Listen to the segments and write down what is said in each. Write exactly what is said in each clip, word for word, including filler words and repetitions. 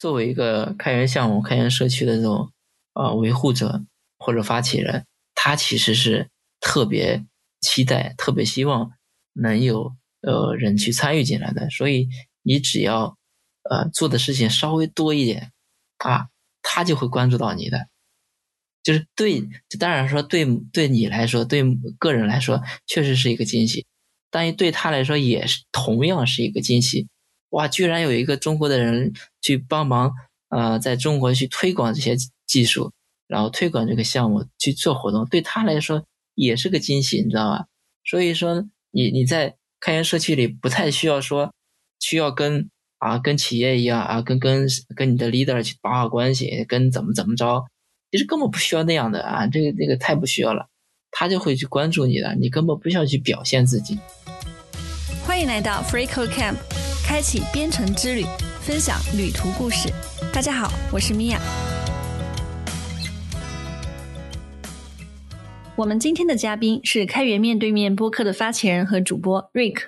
作为一个开源项目、开源社区的这种呃维护者或者发起人，他其实是特别期待、特别希望能有呃人去参与进来的。所以你只要呃做的事情稍微多一点啊，他就会关注到你的。就是对，当然说对对你来说，对个人来说，确实是一个惊喜，但对他来说也是同样是一个惊喜。哇，居然有一个中国的人去帮忙，呃，在中国去推广这些技术，然后推广这个项目去做活动，对他来说也是个惊喜，你知道吧？所以说，你你在开源社区里不太需要说需要跟啊跟企业一样啊，跟跟跟你的 leader 去打好关系，跟怎么怎么着。其实根本不需要那样的啊，这个这个太不需要了，他就会去关注你的，你根本不需要去表现自己。 欢迎来到 FreeCodeCamp， 开启编程之旅，分享旅途故事。大家好，我是米娅。我们今天的嘉宾是开源面对面播客的发起人和主播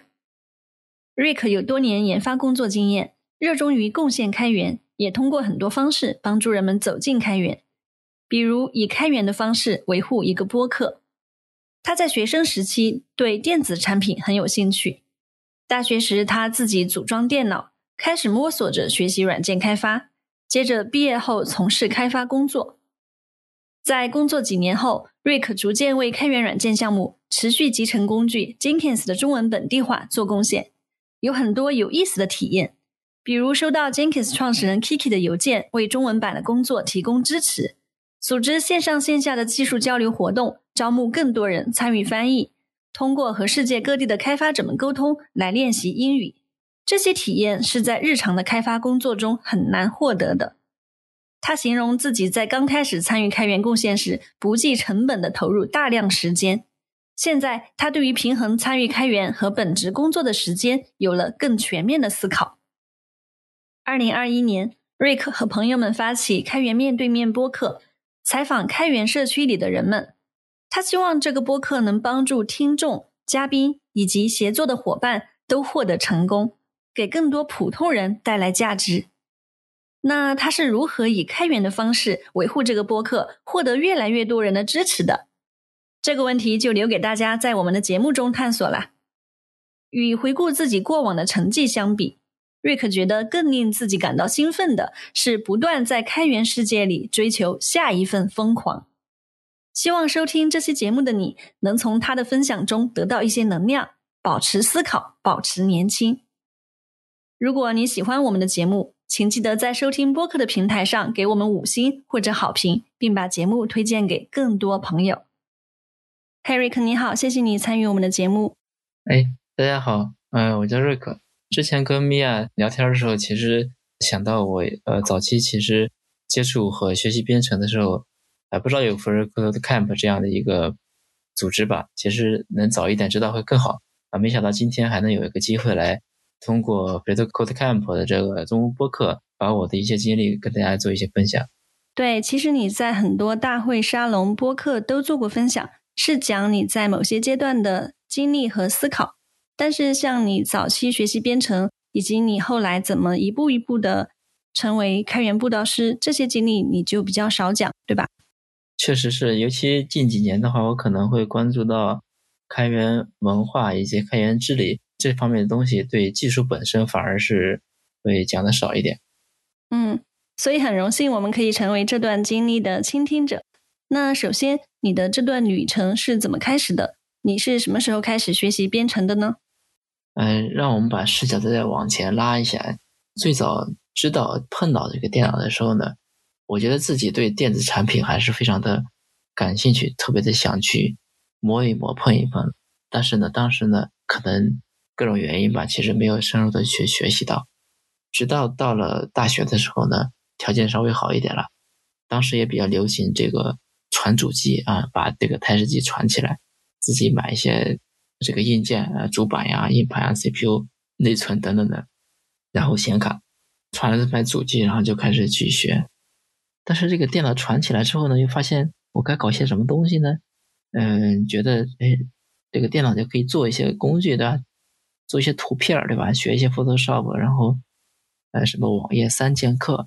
Rick。Rick 有多年研发工作经验，热衷于贡献开源，也通过很多方式帮助人们走进开源。比如以开源的方式维护一个播客。他在学生时期对电子产品很有兴趣，大学时他自己组装电脑，开始摸索着学习软件开发，接着毕业后从事开发工作。在工作几年后， Rick 逐渐为开源软件项目持续集成工具 Jenkins 的中文本地化做贡献，有很多有意思的体验，比如收到 Jenkins 创始人 Kiki 的邮件，为中文版的工作提供支持，组织线上线下的技术交流活动，招募更多人参与翻译，通过和世界各地的开发者们沟通来练习英语。这些体验是在日常的开发工作中很难获得的。他形容自己在刚开始参与开源贡献时，不计成本地投入大量时间。现在他对于平衡参与开源和本职工作的时间有了更全面的思考。二零二一年 Rick 和朋友们发起开源面对面播客，采访开源社区里的人们。他希望这个播客能帮助听众、嘉宾以及协作的伙伴都获得成功，给更多普通人带来价值。那他是如何以开源的方式维护这个播客，获得越来越多人的支持的？这个问题就留给大家在我们的节目中探索啦。与回顾自己过往的成绩相比，瑞克觉得更令自己感到兴奋的是不断在开源世界里追求下一份疯狂。希望收听这期节目的你能从他的分享中得到一些能量，保持思考，保持年轻。如果你喜欢我们的节目，请记得在收听播客的平台上给我们五星或者好评，并把节目推荐给更多朋友。嘿，瑞克你好，谢谢你参与我们的节目。 哎，大家好，呃，我叫瑞克。之前跟米娅聊天的时候，其实想到我呃早期其实接触和学习编程的时候，还不知道有 FreeCodeCamp 这样的一个组织吧，其实能早一点知道会更好啊。没想到今天还能有一个机会来通过 FreeCodeCamp 的这个中文播客，把我的一些经历跟大家做一些分享。 对，其实你在很多大会、沙龙、播客都做过分享，是讲你在某些阶段的经历和思考。但是像你早期学习编程，以及你后来怎么一步一步的成为开源布道师，这些经历你就比较少讲，对吧？ 确实是，尤其近几年的话，我可能会关注到开源文化以及开源治理这方面的东西，对技术本身反而是会讲的少一点。 嗯，所以很荣幸我们可以成为这段经历的倾听者。那首先，你的这段旅程是怎么开始的？你是什么时候开始学习编程的呢？ 嗯，让我们把视角再往前拉一下。最早知道碰到这个电脑的时候呢，我觉得自己对电子产品还是非常的感兴趣，特别的想去摸一摸碰一碰。但是呢，当时呢可能各种原因吧，其实没有深入的去学习到。直到到了大学的时候呢，条件稍微好一点了，当时也比较流行这个传主机啊，把这个台式机传起来，自己买一些这个硬件啊，主板呀、硬盘啊、C P U、内存等等的，然后显卡，传了这台主机，然后就开始去学。但是这个电脑传起来之后呢，又发现我该搞些什么东西呢？嗯，觉得哎，这个电脑就可以做一些工具的，做一些图片，对吧？学一些 Photoshop， 然后呃什么网页三剑客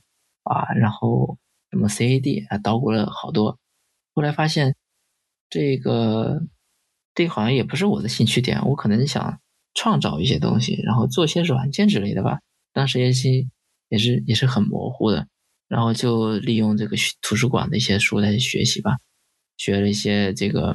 啊，然后什么 C A D 啊，捣鼓了好多。后来发现这个这好像也不是我的兴趣点，我可能想创造一些东西，然后做些软件之类的吧。当时也是也是也是很模糊的，然后就利用这个图书馆的一些书来学习吧，学了一些这个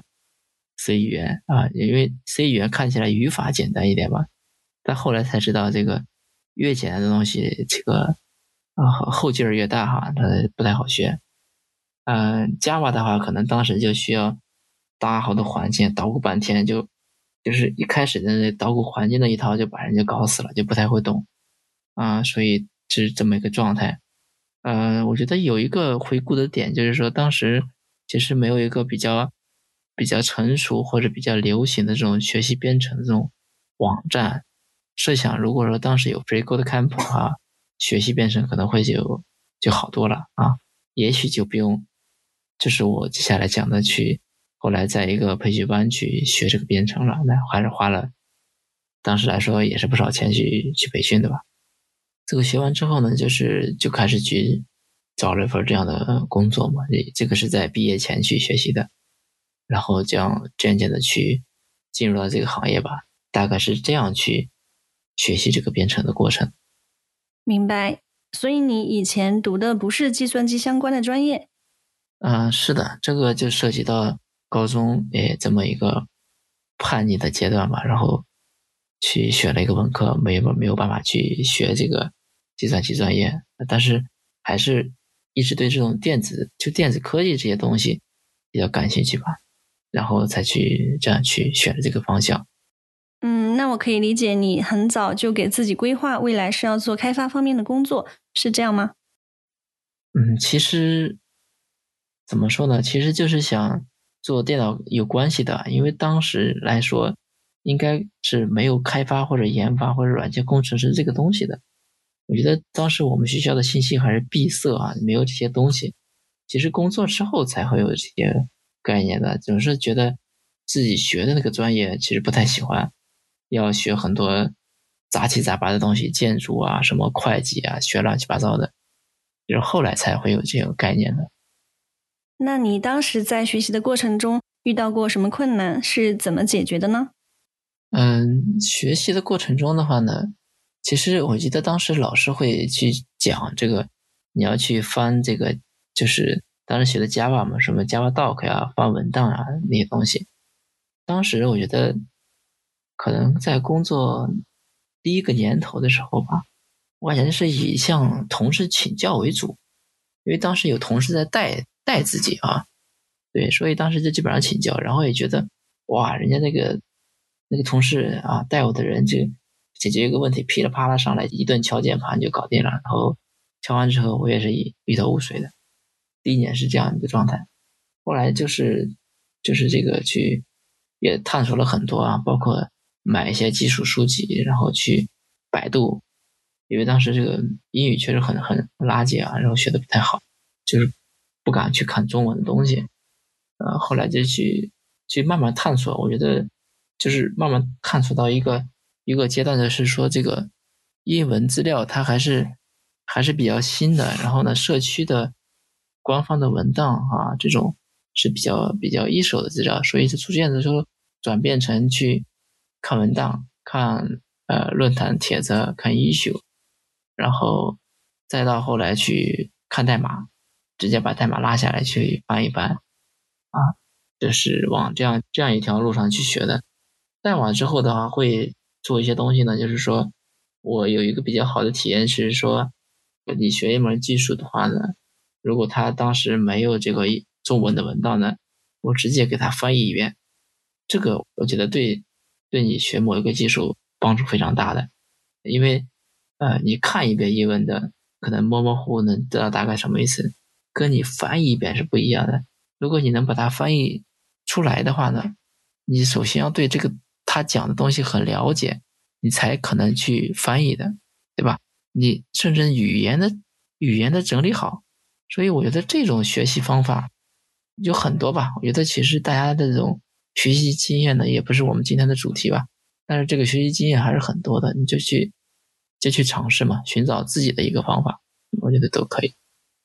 C 语言啊，因为 C 语言看起来语法简单一点吧，但后来才知道这个越简单的东西，这个啊后劲儿越大哈，它不太好学。嗯、呃、，Java 的话，可能当时就需要搭好多环境，捣鼓半天就就是一开始的那捣鼓环境的一套就把人家搞死了，就不太会懂啊、呃，所以是这么一个状态。呃，我觉得有一个回顾的点，就是说当时其实没有一个比较比较成熟或者比较流行的这种学习编程的这种网站。设想如果说当时有 FreeCodeCamp 的话，学习编程可能会就就好多了啊，也许就不用，就是我接下来讲的去后来在一个培训班去学这个编程了，那还是花了当时来说也是不少钱去去培训的吧。这个学完之后呢，就是就开始去找了一份这样的工作嘛，这这个是在毕业前去学习的，然后这样渐渐的去进入到这个行业吧，大概是这样去学习这个编程的过程。 明白。所以你以前读的不是计算机相关的专业？ 嗯、呃，是的，这个就涉及到高中诶这么一个叛逆的阶段吧，然后去选了一个文科，没有没有办法去学这个计算机专业，但是还是一直对这种电子就电子科技这些东西比较感兴趣吧，然后才去这样去选了这个方向。 嗯，那我可以理解你很早就给自己规划未来是要做开发方面的工作，是这样吗？ 嗯，其实怎么说呢？其实就是想做电脑有关系的，因为当时来说，应该是没有开发或者研发或者软件工程师这个东西的。我觉得当时我们学校的信息还是闭塞啊，没有这些东西。其实工作之后才会有这些概念的，总是觉得自己学的那个专业其实不太喜欢，要学很多杂七杂八的东西，建筑啊、什么会计啊，学乱七八糟的，就是后来才会有这个概念的。 那你当时在学习的过程中遇到过什么困难，是怎么解决的呢？ 嗯，学习的过程中的话呢，其实我记得当时老师会去讲这个，你要去翻这个，就是当时学的 Java 嘛，什么 Java Doc 呀、翻文档啊那些东西。当时我觉得，可能在工作第一个年头的时候吧，我感觉是以向同事请教为主，因为当时有同事在带带自己啊，对，所以当时就基本上请教，然后也觉得哇，人家那个那个同事啊带我的人就解决一个问题，噼里啪啦上来一顿敲键盘就搞定了，然后敲完之后我也是一一头雾水的，第一年是这样一个状态，后来就是就是这个去也探索了很多啊，包括买一些基础书籍，然后去百度，因为当时这个英语确实很很垃圾啊，然后学的不太好，就是不敢去看中文的东西。呃，后来就去去慢慢探索，我觉得就是慢慢探索到一个一个阶段的是说，这个英文资料它还是还是比较新的，然后呢，社区的官方的文档啊，这种是比较比较一手的资料，所以就逐渐的说转变成去看文档、看呃论坛帖子、看 issue，然后再到后来去看代码，直接把代码拉下来去翻一翻。啊，就是往这样这样一条路上去学的。再往之后的话，会做一些东西呢，就是说我有一个比较好的体验是说，你学一门技术的话呢，如果他当时没有这个中文的文档呢，我直接给他翻译一遍，这个我觉得对对你学某一个技术帮助非常大的，因为呃，你看一遍英文的，可能模模糊糊能知道大概什么意思，跟你翻译一遍是不一样的。如果你能把它翻译出来的话呢，你首先要对这个他讲的东西很了解，你才可能去翻译的，对吧？你甚至语言的语言的整理好，所以我觉得这种学习方法有很多吧。我觉得其实大家的这种学习经验呢，也不是我们今天的主题吧，但是这个学习经验还是很多的，你就去就去尝试嘛，寻找自己的一个方法，我觉得都可以。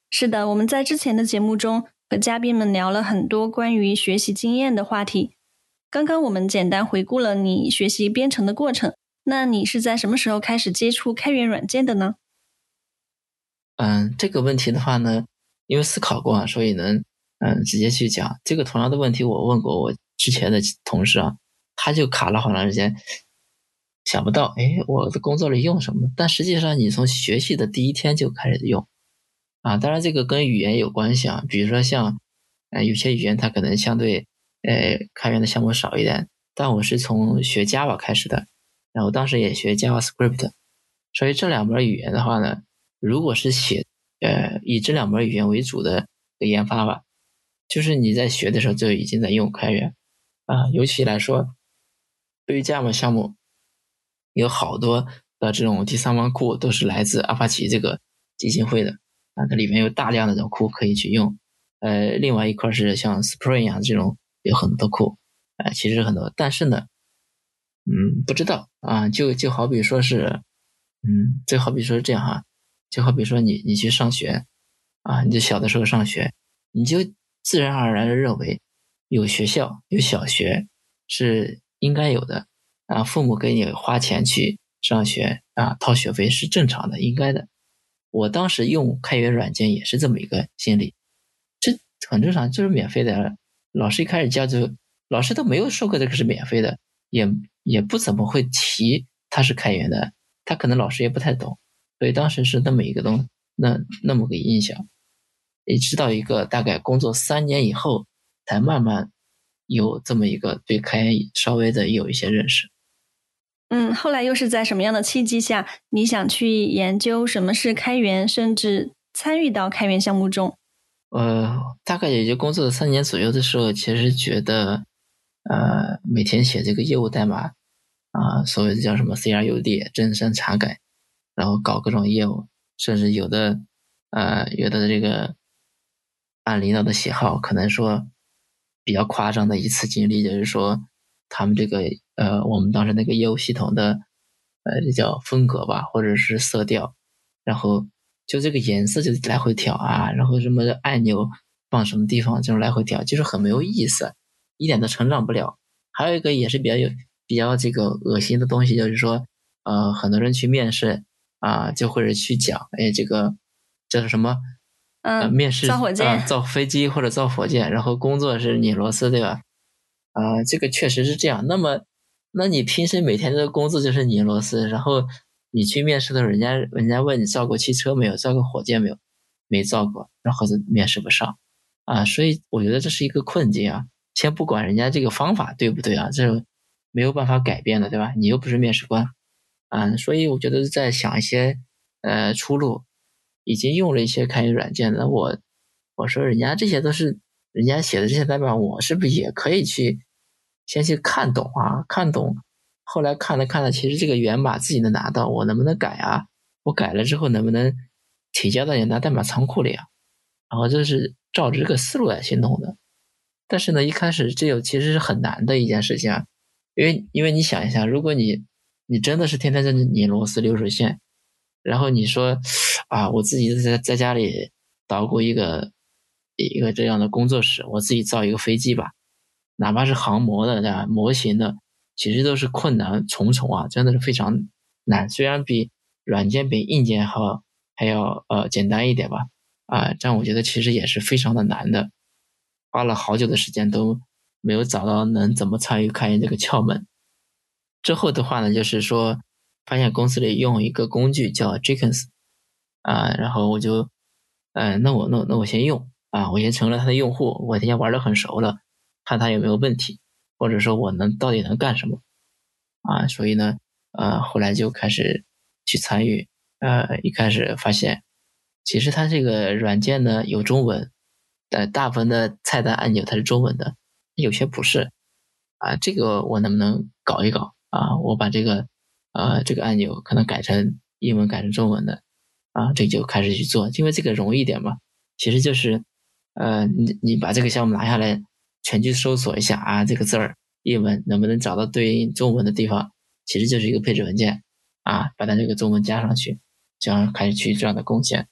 是的，我们在之前的节目中和嘉宾们聊了很多关于学习经验的话题。刚刚我们简单回顾了你学习编程的过程，那你是在什么时候开始接触开源软件的呢？ 嗯，这个问题的话呢，因为思考过啊，所以能嗯直接去讲。这个同样的问题我问过我之前的同事啊，他就卡了好长时间，想不到，哎，我的工作里用什么？但实际上你从学习的第一天就开始用啊。当然这个跟语言有关系啊，比如说像呃有些语言它可能相对呃开源的项目少一点，但我是从学 Java 开始的，然后当时也学 JavaScript， 所以这两门语言的话呢，如果是写呃以这两门语言为主的研发吧，就是你在学的时候就已经在用开源啊。尤其来说，对于 Java 项目，有好多的这种第三方库都是来自阿帕奇这个基金会的啊，它里面有大量的这种库可以去用。呃，另外一块是像 Spring 啊这种有很多库，啊、呃，其实很多，但是呢，嗯，不知道啊，就就好比说是，嗯，就好比说是这样哈，就好比说你你去上学啊，你就小的时候上学，你就自然而然的认为有学校有小学是应该有的。啊，父母给你花钱去上学啊，掏学费是正常的，应该的。我当时用开源软件也是这么一个心理，这很正常，就是免费的。老师一开始教就，老师都没有说过这个是免费的，也也不怎么会提它是开源的，他可能老师也不太懂，所以当时是那么一个东那那么个印象。一直到一个大概工作三年以后，才慢慢有这么一个对开源稍微的有一些认识。 嗯，后来又是在什么样的契机下，你想去研究什么是开源，甚至参与到开源项目中？ 呃，大概也就工作了三年左右的时候，其实觉得，呃，每天写这个业务代码，啊、呃，所谓的叫什么 C R U D 真删查改，然后搞各种业务，甚至有的，呃，有的这个按领导的喜好，可能说比较夸张的一次经历，就是说他们这个呃，我们当时那个业务系统的呃，这叫风格吧，或者是色调，然后就这个颜色就来回调啊，然后什么按钮放什么地方这种来回调，就是很没有意思，一点都成长不了。还有一个也是比较有比较这个恶心的东西，就是说呃，很多人去面试啊，就或者去讲，哎，这个叫做什么？ 嗯， 呃，面试造火箭、 呃，造飞机或者造火箭，然后工作是拧螺丝，对吧？啊、呃，这个确实是这样。那么，那你平时每天的工作就是拧螺丝，然后你去面试的时候，人家人家问你造过汽车没有，造过火箭没有，没造过，然后就面试不上啊。所以我觉得这是一个困境啊。先不管人家这个方法对不对啊，这没有办法改变的，对吧？你又不是面试官啊，所以我觉得在想一些呃出路。已经用了一些开源软件的，我我说人家这些都是人家写的这些代码，我是不是也可以去先去看懂啊？看懂，后来看了看了，其实这个源码自己能拿到，我能不能改啊？我改了之后能不能提交到你那代码仓库里啊？然后这是照着这个思路来行动的。但是呢，一开始这有其实是很难的一件事情啊，因为因为你想一下，如果你你真的是天天在那拧螺丝流水线。然后你说啊，我自己在在家里捣鼓一个一个这样的工作室，我自己造一个飞机吧，哪怕是航模的对吧，模型的，其实都是困难重重啊，真的是非常难。虽然比软件比硬件还还要呃简单一点吧，啊，但我觉得其实也是非常的难的，花了好久的时间都没有找到能怎么参与开源这个窍门。之后的话呢，就是说。发现公司里用一个工具叫 Jenkins 啊，然后我就，呃，那我那那我先用啊，我先成了他的用户，我先玩得很熟了，看他有没有问题，或者说我能到底能干什么啊，所以呢，呃，后来就开始去参与，呃，一开始发现，其实它这个软件呢有中文，呃，大部分的菜单按钮它是中文的，有些不是啊，这个我能不能搞一搞啊？我把这个。呃，这个按钮可能改成英文，改成中文的，啊，这就开始去做，因为这个容易一点嘛。其实就是，呃，你你把这个项目拿下来，全去搜索一下啊，这个字儿英文能不能找到对应中文的地方，其实就是一个配置文件啊，把它这个中文加上去，这样开始去这样的贡献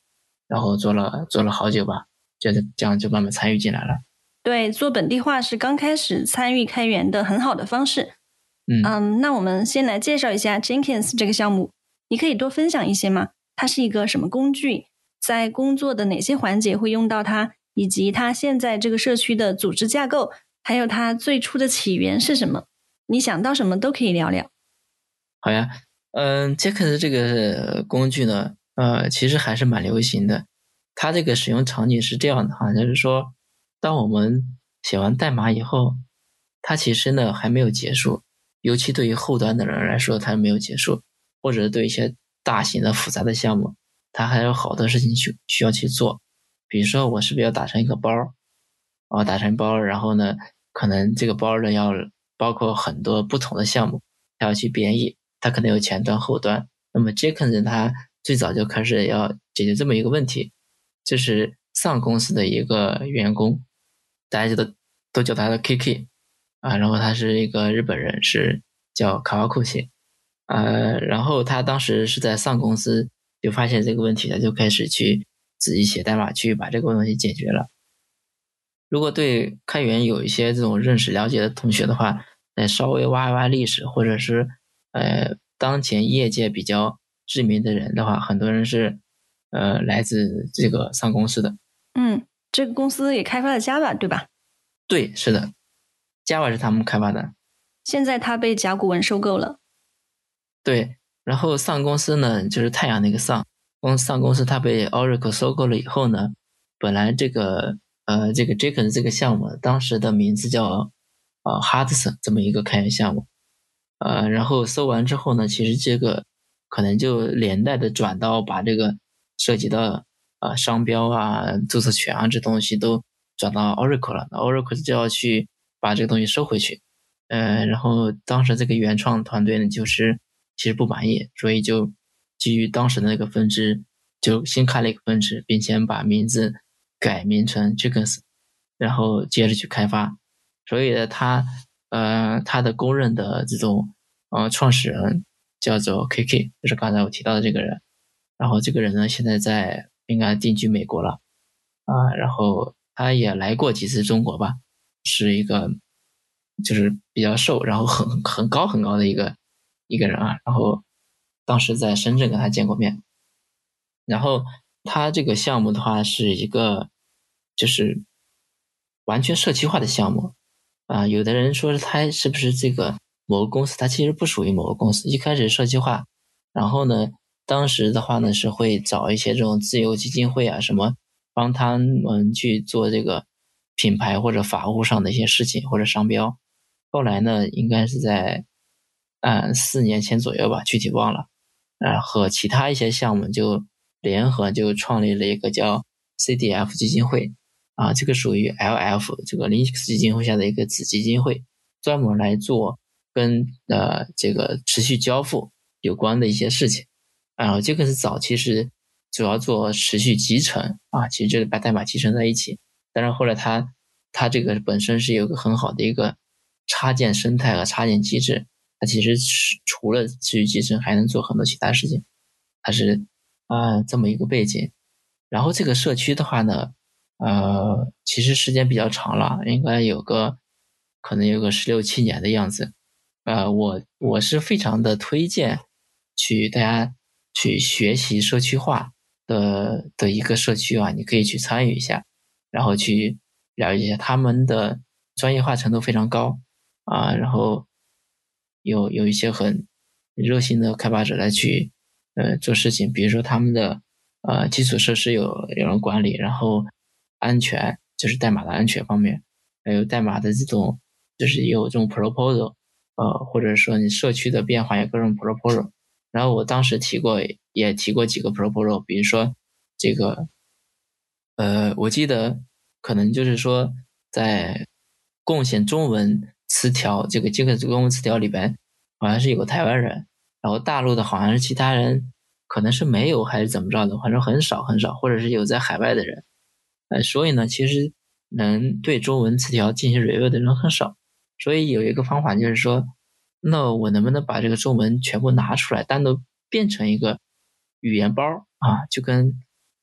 然后做了做了好久吧，觉得这样就慢慢参与进来了。 对，做本地化是刚开始参与开源的很好的方式。 嗯嗯，那我们先来介绍一下 Jenkins 这个项目，你可以多分享一些吗？它是一个什么工具？在工作的哪些环节会用到它？以及它现在这个社区的组织架构，还有它最初的起源是什么？你想到什么都可以聊聊。 好呀，嗯 Jenkins 这个工具呢，呃，其实还是蛮流行的。它这个使用场景是这样的哈，就是说，当我们写完代码以后，它其实呢还没有结束，尤其对于后端的人来说，它没有结束，或者对一些大型的复杂的项目，它还有好多事情需需要去做。比如说，我是不是要打成一个包？啊，打成包，然后呢，可能这个包呢要包括很多不同的项目，它要去编译，它可能有前端后端。那么 Jenkins 它最早就开始要解决这么一个问题，这是上公司的一个员工，大家都都叫他的 K K 啊，然后他是一个日本人，是叫卡瓦库西，呃，然后他当时是在上公司就发现这个问题，他就开始去自己写代码去把这个问题解决了。如果对开源有一些这种认识了解的同学的话，呃，稍微挖一挖历史，或者是呃当前业界比较知名的人的话，很多人是呃来自这个上公司的。 嗯，这个公司也开发了 Java 对吧？ 对，是的 ，Java 是他们开发的。 现在它被甲骨文收购了。 对，然后上公司呢，就是太阳那个上公上公司，它被 Oracle 收购了以后呢，本来这个呃这个 Jenkins 这个项目当时的名字叫呃 Hudson 这么一个开源项目，呃，然后搜完之后呢，其实这个可能就连带的转到把这个涉及到呃商标啊、注册权啊这东西都转到 Oracle 了，那 Oracle 就要去把这个东西收回去，呃，然后当时这个原创团队呢，就是其实不满意，所以就基于当时的那个分支，就新开了一个分支，并且把名字改名成 Jenkins，然后接着去开发。所以呢，他呃他的公认的这种呃创始人叫做 K K， 就是刚才我提到的这个人。然后这个人呢，现在在应该定居美国了啊、然后他也来过几次中国吧，是一个就是比较瘦，然后很很高很高的一个一个人啊。然后当时在深圳跟他见过面。然后他这个项目的话是一个就是完全社区化的项目啊、有的人说是他是不是这个某个公司，它其实不属于某个公司，一开始社区化，然后呢，当时的话呢是会找一些这种自由基金会啊什么，帮他们去做这个品牌或者法务上的一些事情或者商标。后来呢，应该是在嗯四年前左右吧，具体忘了。呃，和其他一些项目就联合就创立了一个叫 C D F 基金会啊，这个属于 L F 这个 Linux 基金会下的一个子基金会，专门来做跟呃这个持续交付有关的一些事情。然后这个是早期是主要做持续集成啊，其实就是把代码集成在一起。但是后来它它这个本身是有个很好的一个插件生态和插件机制，它其实除了持续集成，还能做很多其他事情，它是啊、呃、这么一个背景。然后这个社区的话呢，呃，其实时间比较长了，应该有个可能有个十六七年的样子。呃，我我是非常的推荐去大家去学习社区化的的一个社区啊，你可以去参与一下，然后去了解一下他们的专业化程度非常高啊，然后有有一些很热心的开发者来去呃做事情，比如说他们的呃基础设施有有人管理，然后安全就是代码的安全方面，还有代码的这种就是有这种 proposal，呃或者说你社区的变化有各种 proposal，然后我当时提过也提过几个 proposal，比如说这个呃我记得可能就是说在贡献中文词条这个这个中文词条里边好像是有个台湾人，然后大陆的好像是其他人可能是没有还是怎么着的，反正很少很少，或者是有在海外的人，呃，所以呢，其实能对中文词条进行 review 的人很少，所以有一个方法就是说，那我能不能把这个中文全部拿出来，单独变成一个语言包啊，就跟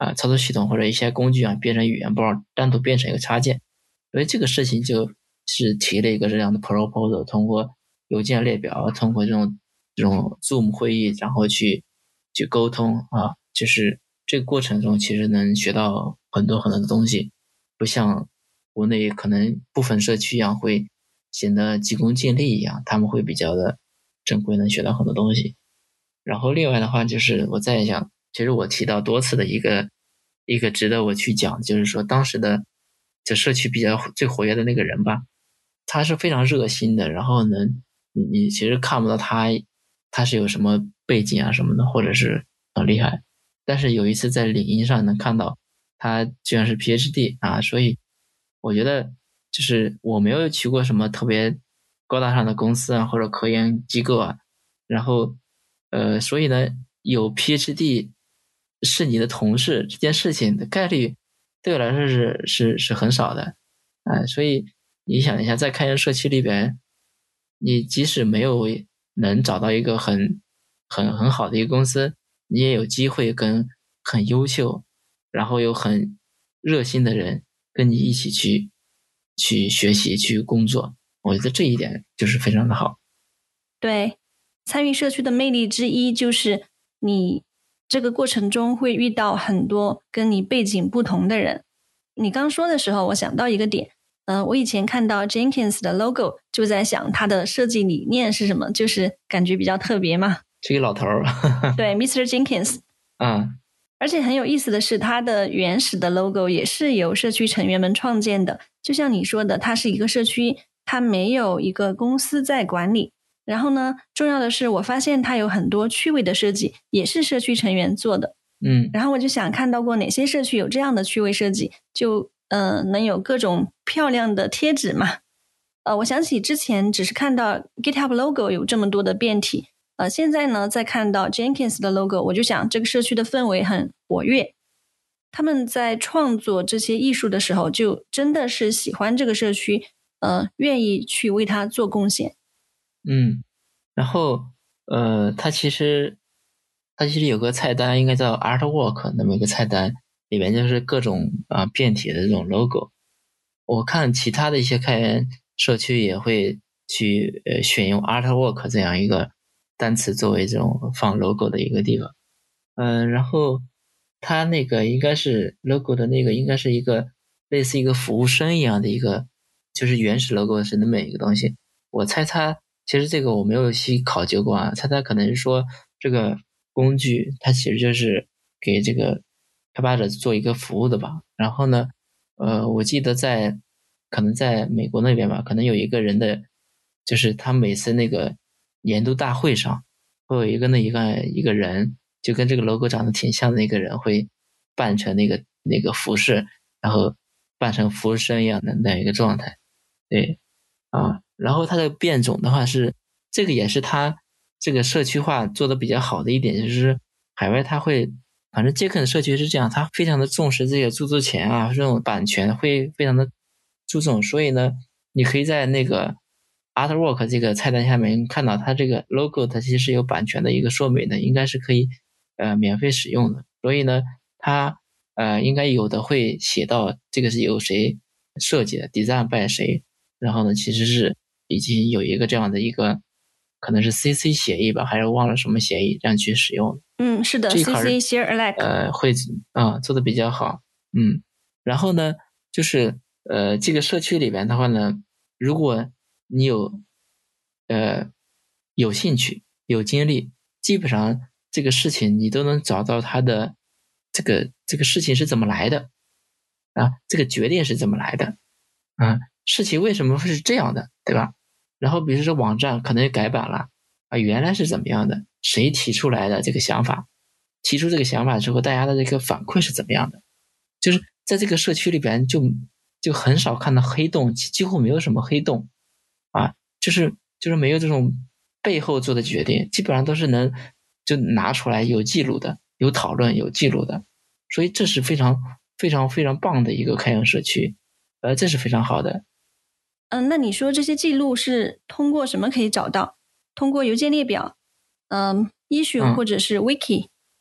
啊操作系统或者一些工具啊变成语言包，单独变成一个插件。所以这个事情就是提了一个这样的 proposal， 通过邮件列表，通过这种这种 Zoom 会议，然后去去沟通啊，就是这个过程中其实能学到很多很多的东西，不像国内可能部分社区一样会显得急功近利一样，他们会比较的正规，能学到很多东西。然后另外的话就是我在想，其实我提到多次的一个一个值得我去讲，就是说当时的这社区比较最活跃的那个人吧，他是非常热心的，然后呢你你其实看不到他他是有什么背景啊什么的，或者是很厉害，但是有一次在领英上能看到他居然是 P H D 啊，所以我觉得就是我没有去过什么特别高大上的公司啊或者科研机构啊，然后呃所以呢有 P H D 是你的同事这件事情的概率对我来说是是是很少的啊、呃，所以你想一下，在开源社区里边，你即使没有能找到一个很很很好的一个公司，你也有机会跟很优秀，然后有很热心的人跟你一起去去学习去工作，我觉得这一点就是非常的好。 对，参与社区的魅力之一就是你这个过程中会遇到很多跟你背景不同的人。你刚说的时候，我想到一个点，嗯、呃，我以前看到 Jenkins 的 logo 就在想它的设计理念是什么，就是感觉比较特别嘛。 是一个老头儿。 对 ，mister Jenkins。 嗯， 而且很有意思的是，它的原始的 logo 也是由社区成员们创建的。就像你说的，它是一个社区，它没有一个公司在管理。然后呢，重要的是我发现它有很多趣味的设计，也是社区成员做的。 嗯， 然后我就想看到过哪些社区有这样的趣味设计，就呃能有各种漂亮的贴纸嘛。呃，我想起之前只是看到 GitHub logo 有这么多的变体，呃，现在呢再看到 Jenkins 的 logo， 我就想这个社区的氛围很活跃。他们在创作这些艺术的时候，就真的是喜欢这个社区，呃，愿意去为它做贡献。 嗯，然后呃，它其实它其实有个菜单，应该叫 Artwork 那么一个菜单，里面就是各种啊、呃、变体的这种 logo。我看其他的一些开源社区也会去呃选用 Artwork 这样一个单词作为这种放 logo 的一个地方。嗯、呃，然后它那个应该是 logo 的那个应该是一个类似一个服务生一样的一个，就是原始 logo 是那么一个东西。我猜它其实这个我没有细考究过啊，猜它可能是说这个工具它其实就是给这个开发者做一个服务的吧。然后呢，呃，我记得在可能在美国那边吧，可能有一个人的，就是他每次那个年度大会上会有一个那一个一个人，就跟这个 logo 长得挺像的那个人会扮成那个那个服饰，然后扮成服务生一样的那一个状态，对。啊，然后它的变种的话是，这个也是它这个社区化做的比较好的一点，就是海外它会，反正 Jenkins 社区是这样，它非常的重视这些著作权啊，这种版权会非常的注重，所以呢，你可以在那个 Artwork 这个菜单下面看到它这个 logo 它其实是有版权的一个说明的，应该是可以呃免费使用的，所以呢，它呃应该有的会写到这个是由谁设计的 ，design by 谁。然后呢，其实是已经有一个这样的一个，可能是 C C 协议吧，还是忘了什么协议，这样去使用。 嗯，是的这一块 ，C C Share Alike， 呃，会啊、呃、做的比较好，嗯。然后呢，就是呃这个社区里边的话呢，如果你有呃有兴趣、有精力，基本上这个事情你都能找到它的这个这个事情是怎么来的啊，这个决定是怎么来的啊。事情为什么会是这样的，对吧？然后比如说网站可能改版了啊，原来是怎么样的？谁提出来的这个想法？提出这个想法之后，大家的这个反馈是怎么样的？就是在这个社区里边就就很少看到黑洞，几乎没有什么黑洞啊，就是就是没有这种背后做的决定，基本上都是能就拿出来有记录的，有讨论有记录的，所以这是非常非常非常棒的一个开源社区，呃，这是非常好的。 嗯，那你说这些记录是通过什么可以找到？通过邮件列表，嗯，issue 或者是 wiki？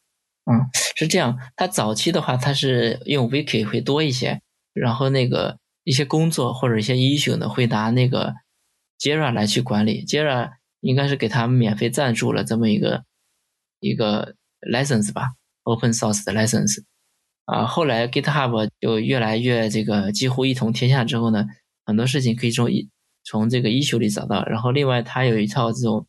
嗯，是这样，它早期的话，它是用 Wiki 会多一些，然后那个一些工作或者一些 issue 呢，会拿那个 Jira 来去管理。Jira 应该是给他们免费赞助了这么一个一个 license 吧 ，open source 的 license。啊，后来 GitHub 就越来越这个几乎一统天下之后呢，很多事情可以从从这个 issue 里找到。然后另外它有一套这种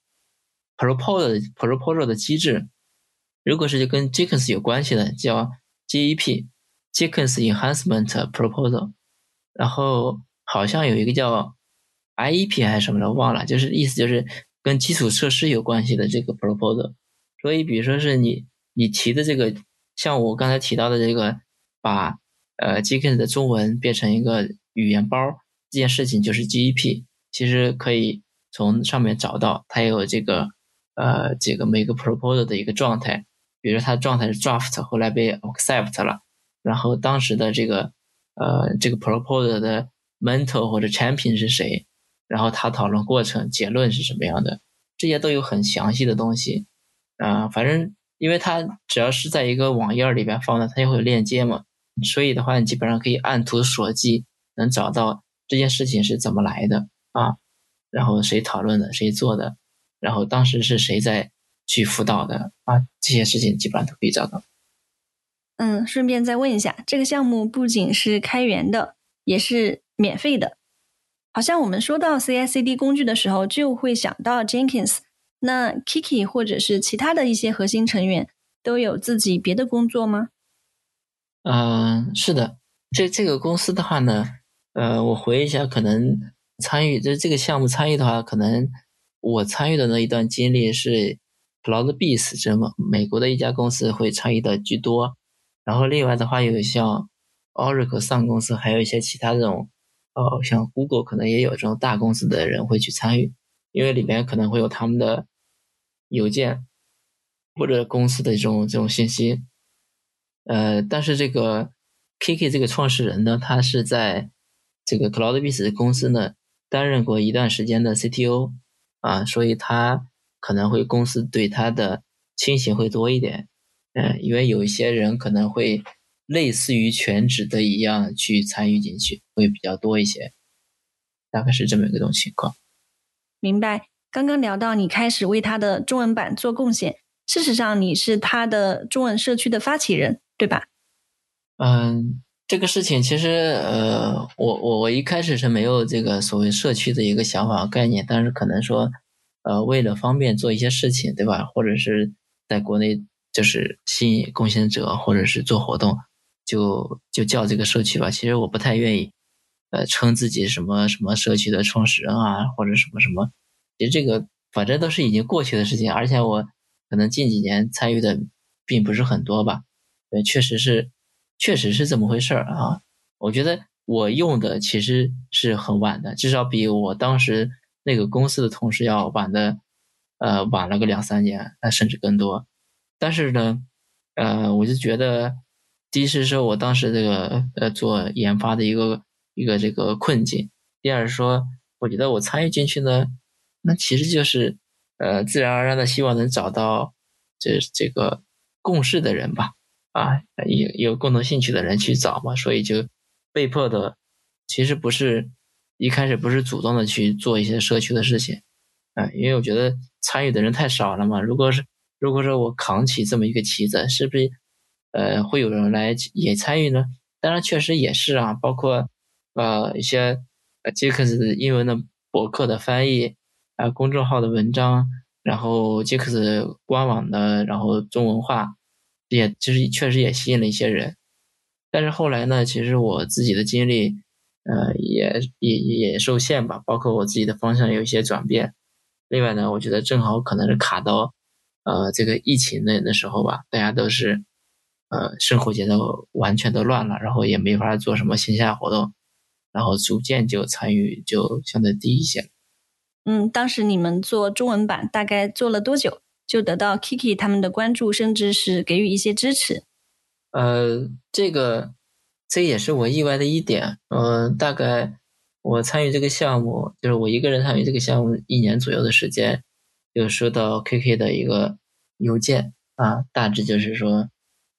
proposal proposal 的机制。如果是跟 Jenkins 有关系的，叫 J E P Jenkins Enhancement Proposal， 然后好像有一个叫 I E P 还是什么的忘了，就是意思就是跟基础设施有关系的这个 proposal。 所以比如说是你你提的这个，像我刚才提到的这个把呃 Jenkins 的中文变成一个语言包这件事情，就是 J E P， 其实可以从上面找到它有这个呃这个每个 proposal 的一个状态。比如它状态是 draft， 后来被 accept 了，然后当时的这个呃这个 proposal 的 mentor 或者 champion 是谁，然后他讨论过程结论是什么样的，这些都有很详细的东西啊、呃。反正因为它只要是在一个网页里边放的，它就会有链接嘛，所以的话你基本上可以按图索骥，能找到这件事情是怎么来的啊，然后谁讨论的，谁做的，然后当时是谁在去辅导的啊，这些事情基本上都可以找到。 嗯，顺便再问一下，这个项目不仅是开源的，也是免费的。好像我们说到 C I C D 工具的时候，就会想到 Jenkins。那 Kiki 或者是其他的一些核心成员都有自己别的工作吗？ 嗯、呃，是的，这这个公司的话呢，呃，我回忆一下，可能参与这这个项目参与的话，可能我参与的那一段经历是 CloudBees 这么美国的一家公司会参与的居多，然后另外的话有像 Oracle 上公司，还有一些其他这种，呃，像 Google 可能也有这种大公司的人会去参与，因为里面可能会有他们的邮件或者公司的这种这种信息。呃，但是这个 Kiki 这个创始人呢，他是在这个 CloudBees 公司呢担任过一段时间的 C T O 啊，所以他可能会公司对他的倾斜会多一点。嗯、呃，因为有一些人可能会类似于全职的一样去参与进去，会比较多一些，大概是这么一个种情况。 明白。刚刚聊到你开始为他的中文版做贡献，事实上你是他的中文社区的发起人，对吧？ 嗯，这个事情其实呃，我我我一开始是没有这个所谓社区的一个想法概念，但是可能说呃为了方便做一些事情，对吧？或者是在国内就是吸引贡献者，或者是做活动，就就叫这个社区吧。其实我不太愿意呃称自己什么什么社区的创始人啊，或者什么什么。其实这个反正都是已经过去的事情，而且我可能近几年参与的并不是很多吧。对，确实是，确实是这么回事儿啊。我觉得我用的其实是很晚的，至少比我当时那个公司的同事要晚的，呃，晚了个两三年，那甚至更多。但是呢，呃，我就觉得，第一是说我当时这个呃做研发的一个一个这个困境，第二是说，我觉得我参与进去呢。那其实就是呃自然而然的希望能找到这这个共事的人吧，啊有有共同兴趣的人去找嘛，所以就被迫的，其实不是一开始不是主动的去做一些社区的事情啊，因为我觉得参与的人太少了嘛。如果是如果说我扛起这么一个旗子，是不是呃会有人来也参与呢？当然确实也是啊，包括呃一些呃杰克斯英文的博客的翻译。啊，公众号的文章，然后 Jenkins 官网的，然后中文化，也就是确实也吸引了一些人。但是后来呢，其实我自己的经历，呃，也也也受限吧，包括我自己的方向有一些转变。另外呢，我觉得正好可能是卡到，呃，这个疫情的的时候吧，大家都是，呃，生活节奏完全都乱了，然后也没法做什么线下活动，然后逐渐就参与就相对低一些。 嗯，当时你们做中文版大概做了多久，就得到 Kiki 他们的关注，甚至是给予一些支持？ 呃，这个这也是我意外的一点。呃，大概我参与这个项目，就是我一个人参与这个项目一年左右的时间，就收到 Kiki 的一个邮件啊，大致就是说，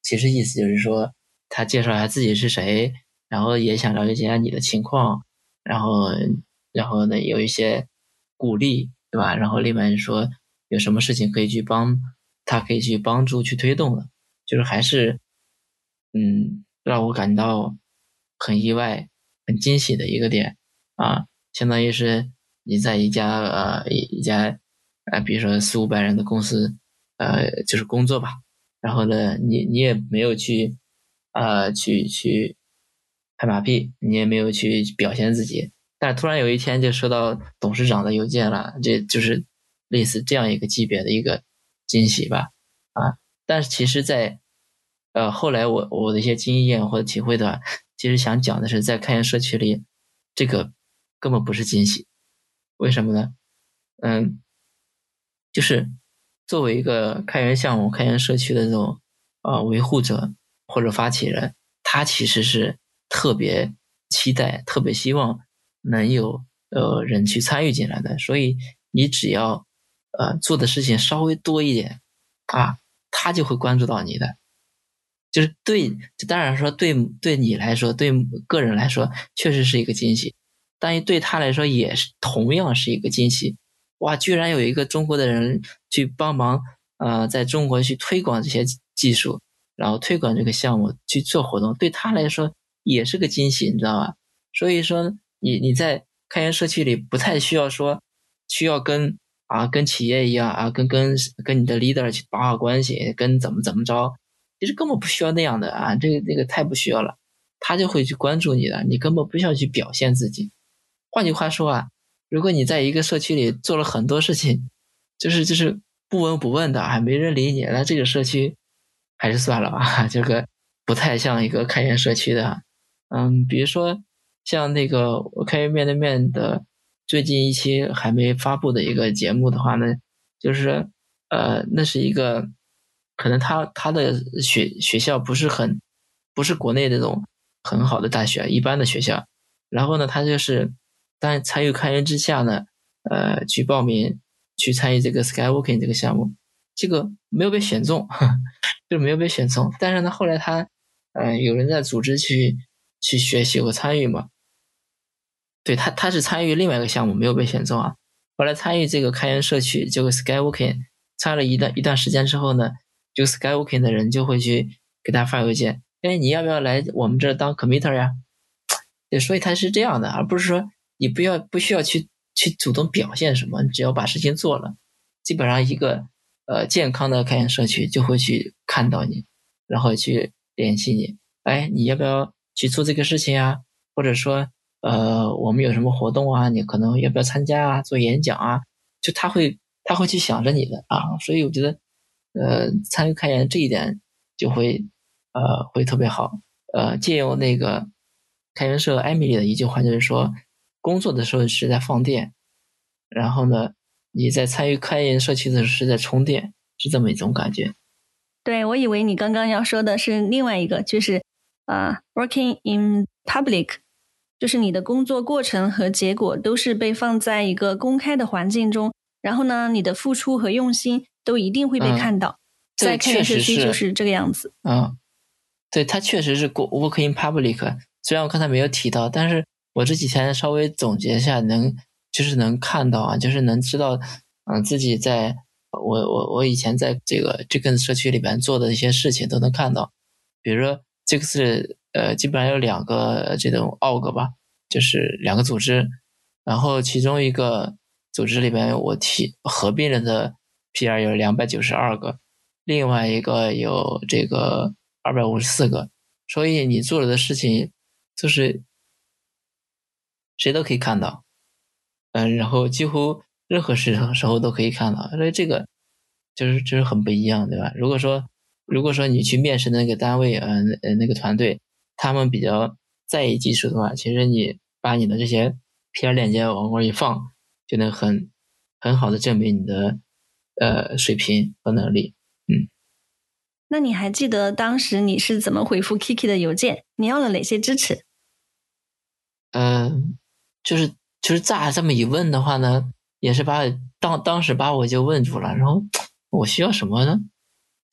其实意思就是说他介绍一下自己是谁，然后也想了解一下你的情况，然后然后呢有一些鼓励，对吧？然后另外说有什么事情可以去帮他可以去帮助去推动的，就是还是嗯让我感到很意外很惊喜的一个点啊，相当于是你在一家呃一一家呃比如说四五百人的公司呃就是工作吧，然后呢你你也没有去呃去去拍马屁，你也没有去表现自己，但是突然有一天就收到董事长的邮件了，这就是类似这样一个级别的一个惊喜吧啊。但是其实在呃后来我我的一些经验或者体会的话，其实想讲的是在开源社区里这个根本不是惊喜。为什么呢？嗯，就是作为一个开源项目开源社区的这种呃维护者或者发起人，他其实是特别期待特别希望能有呃人去参与进来的，所以你只要呃做的事情稍微多一点啊，他就会关注到你的。就是对当然说对对你来说对个人来说确实是一个惊喜，但是对他来说也是同样是一个惊喜。哇，居然有一个中国的人去帮忙呃在中国去推广这些技术，然后推广这个项目去做活动，对他来说也是个惊喜，你知道吧？所以说你你在开源社区里不太需要说需要跟啊跟企业一样啊跟跟跟你的 leader 去打好关系，跟怎么怎么着，其实根本不需要那样的啊，这个这个太不需要了，他就会去关注你的，你根本不需要去表现自己。换句话说啊，如果你在一个社区里做了很多事情，就是就是不闻不问的，还没人理你，那这个社区还是算了吧，这个不太像一个开源社区的。嗯，比如说像那个我开源面对面的最近一期还没发布的一个节目的话呢，就是呃，那是一个可能他他的学学校不是很不是国内那种很好的大学，一般的学校。然后呢，他就是在参与开源之下呢，呃，去报名去参与这个 Skywalking 这个项目，这个没有被选中，呵呵就是没有被选中。但是呢，后来他呃有人在组织去去学习和参与嘛，对他他是参与另外一个项目没有被选中啊。后来参与这个开源社区这个 Skywalking 参了一段一段时间之后呢，这个 Skywalking 的人就会去给他发邮件，哎，你要不要来我们这儿当 committer 呀？对，所以他是这样的，而不是说你不要不需要去去主动表现什么，你只要把事情做了，基本上一个呃健康的开源社区就会去看到你，然后去联系你，哎，你要不要去做这个事情啊？或者说呃我们有什么活动啊，你可能要不要参加啊？做演讲啊？就他会他会去想着你的啊，所以我觉得呃参与开源这一点就会呃会特别好，呃借用那个开源社艾米丽的一句话就是说，工作的时候是在放电，然后呢，你在参与开源社区的时候是在充电，是这么一种感觉。 对，我以为你刚刚要说的是另外一个，就是啊、uh, working in public， 就是你的工作过程和结果都是被放在一个公开的环境中，然后呢，你的付出和用心都一定会被看到。 嗯，对， 在开源社确实是， 区就是这个样子。 嗯，对，它确实是 work in public，虽然我刚才没有提到，但是我这几天稍微总结一下，能就是能看到啊，就是能知道，嗯，自己在我我我以前在这个这个社区里边做的一些事情都能看到，比如说这个是呃基本上有两个这种 org 吧，就是两个组织，然后其中一个组织里边我提合并了的 P R 有两百九十二个，另外一个有这个二百五十四个，所以你做了的事情就是谁都可以看到，嗯，然后几乎任何时时候都可以看到，所以这个就是就是很不一样，对吧？如果说如果说你去面试的那个单位，呃呃那个团队，他们比较在意技术的话，其实你把你的这些 P R 链接往过一放，就能很很好的证明你的呃水平和能力，嗯。 那你还记得当时你是怎么回复 Kiki 的邮件？你要了哪些支持？ 嗯、呃，就是就是乍这么一问的话呢，也是把当当时把我就问住了，然后我需要什么呢？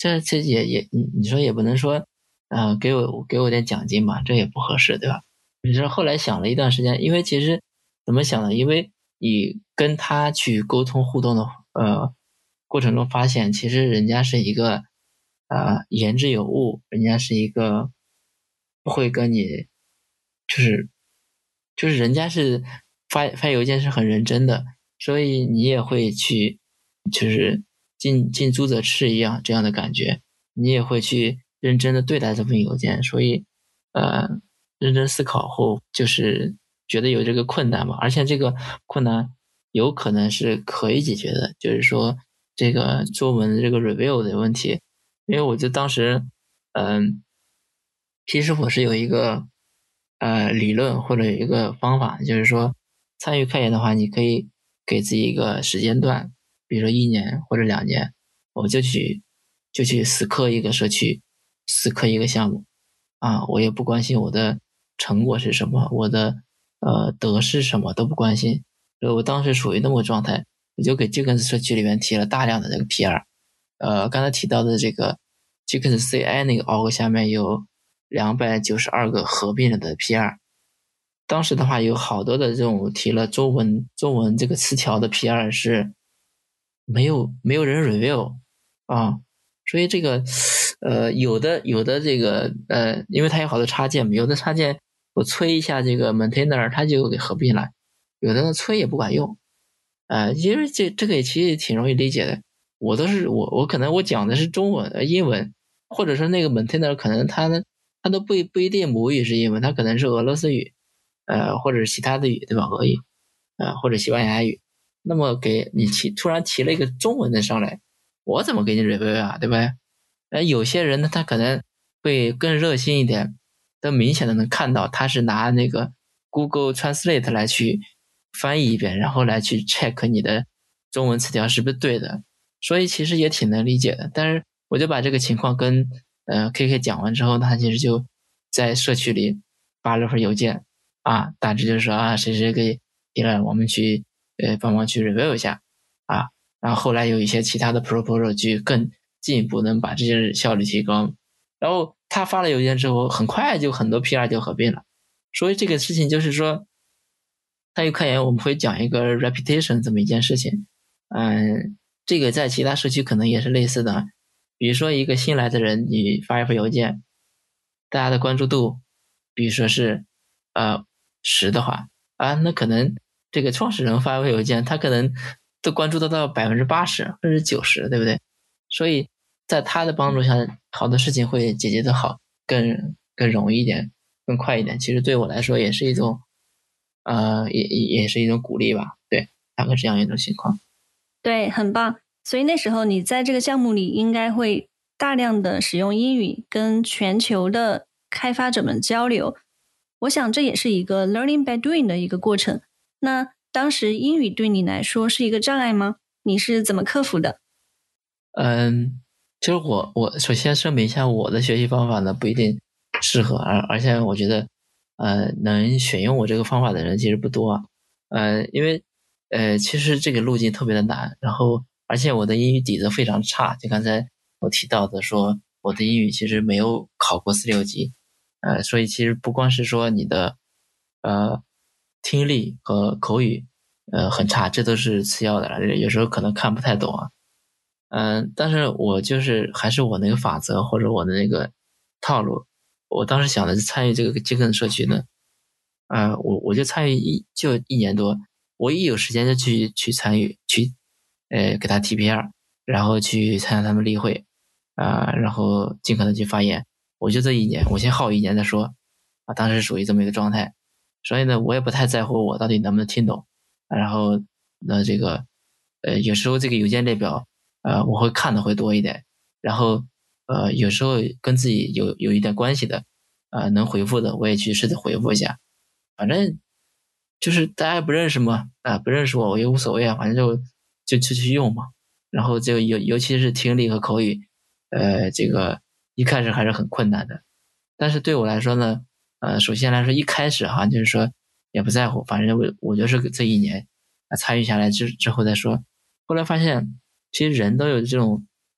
这这也也你你说也不能说，呃，给我给我点奖金吧，这也不合适，对吧？只是后来想了一段时间，因为其实怎么想呢？因为你跟他去沟通互动的呃过程中，发现其实人家是一个呃言之有物，人家是一个不会跟你就是就是人家是发发邮件是很认真的，所以你也会去就是近近朱者赤一样这样的感觉，你也会去认真的对待这份邮件，所以呃认真思考后就是觉得有这个困难嘛，而且这个困难有可能是可以解决的，就是说这个作文的这个 review 的问题，因为我就当时嗯、其实我是有一个呃理论或者有一个方法，就是说参与科研的话，你可以给自己一个时间段，比如说一年或者两年，我就去就去死磕一个社区，死磕一个项目啊，我也不关心我的成果是什么，我的呃得失什么都不关心。所以我当时属于那么个状态，我就给 Jenkins 社区里面提了大量的这个 P R。呃，刚才提到的这个 Jenkins C I 那个 org 下面有两百九十二个合并了的 P R。当时的话有好多的这种提了中文中文这个词条的 P R 是没有没有人 review 啊，所以这个呃有的有的这个呃，因为它有好多插件嘛，有的插件我催一下这个 maintainer 它就给合并了，有的呢催也不管用。呃，其实这这个也其实挺容易理解的。我都是我我可能我讲的是中文呃英文，或者说那个 maintainer 可能他他都不不一定母语是英文，他可能是俄罗斯语，呃或者是其他的语，对吧？俄语，呃或者西班牙语。那么给你提突然提了一个中文的上来，我怎么给你 review 啊？对吧？呃有些人呢他可能会更热心一点，都明显的能看到他是拿那个 Google Translate 来去翻译一遍，然后来去 check 你的中文词条是不是对的，所以其实也挺能理解的。但是我就把这个情况跟呃 K K 讲完之后，他其实就在社区里发了份邮件啊，大致就是说啊谁谁给提了，我们去呃帮忙去 review 一下啊，然后后来有一些其他的 proposal 去更进一步能把这些效率提高，然后他发了邮件之后，很快就很多 P R 就合并了。所以这个事情就是说，参与科研我们会讲一个 reputation 这么一件事情，嗯，这个在其他社区可能也是类似的，比如说一个新来的人，你发一份邮件，大家的关注度，比如说是呃十的话啊，那可能这个创始人发一份邮件，他可能都关注得到百分之八十甚至九十，对不对？所以在他的帮助下，好的事情会解决得好，更更容易一点，更快一点。其实对我来说也是一种。呃，也也是一种鼓励吧，对，大概这样一种情况。 对，很棒。所以那时候你在这个项目里应该会大量的使用英语跟全球的开发者们交流。我想这也是一个 learning by doing 的一个过程。那当时英语对你来说是一个障碍吗？你是怎么克服的？ 嗯，其实我我首先声明一下，我的学习方法呢不一定适合，而而且我觉得。呃，能选用我这个方法的人其实不多啊，呃，因为呃，其实这个路径特别的难，然后而且我的英语底子非常差，就刚才我提到的说，我的英语其实没有考过四六级，呃，所以其实不光是说你的呃听力和口语呃很差，这都是次要的了，有时候可能看不太懂啊，嗯、呃，但是我就是还是我那个法则或者我的那个套路。我当时想的是参与这个杰克社区呢，呃，我我就参与一就一年多，我一有时间就去去参与，去呃给他 T P R， 然后去参加他们例会，啊、呃，然后尽可能去发言。我就这一年，我先耗一年再说，啊，当时属于这么一个状态，所以呢，我也不太在乎我到底能不能听懂，然后那这个呃有时候这个邮件列表，呃我会看的会多一点，然后。呃，有时候跟自己有有一点关系的，呃，能回复的，我也去试着回复一下。反正就是大家不认识嘛，啊、呃，不认识我我也无所谓啊，反正就就就去用嘛。然后就尤尤其是听力和口语，呃，这个一开始还是很困难的。但是对我来说呢，呃，首先来说一开始哈，就是说也不在乎，反正我我就是这一年啊参与下来之之后再说。后来发现，其实人都有这种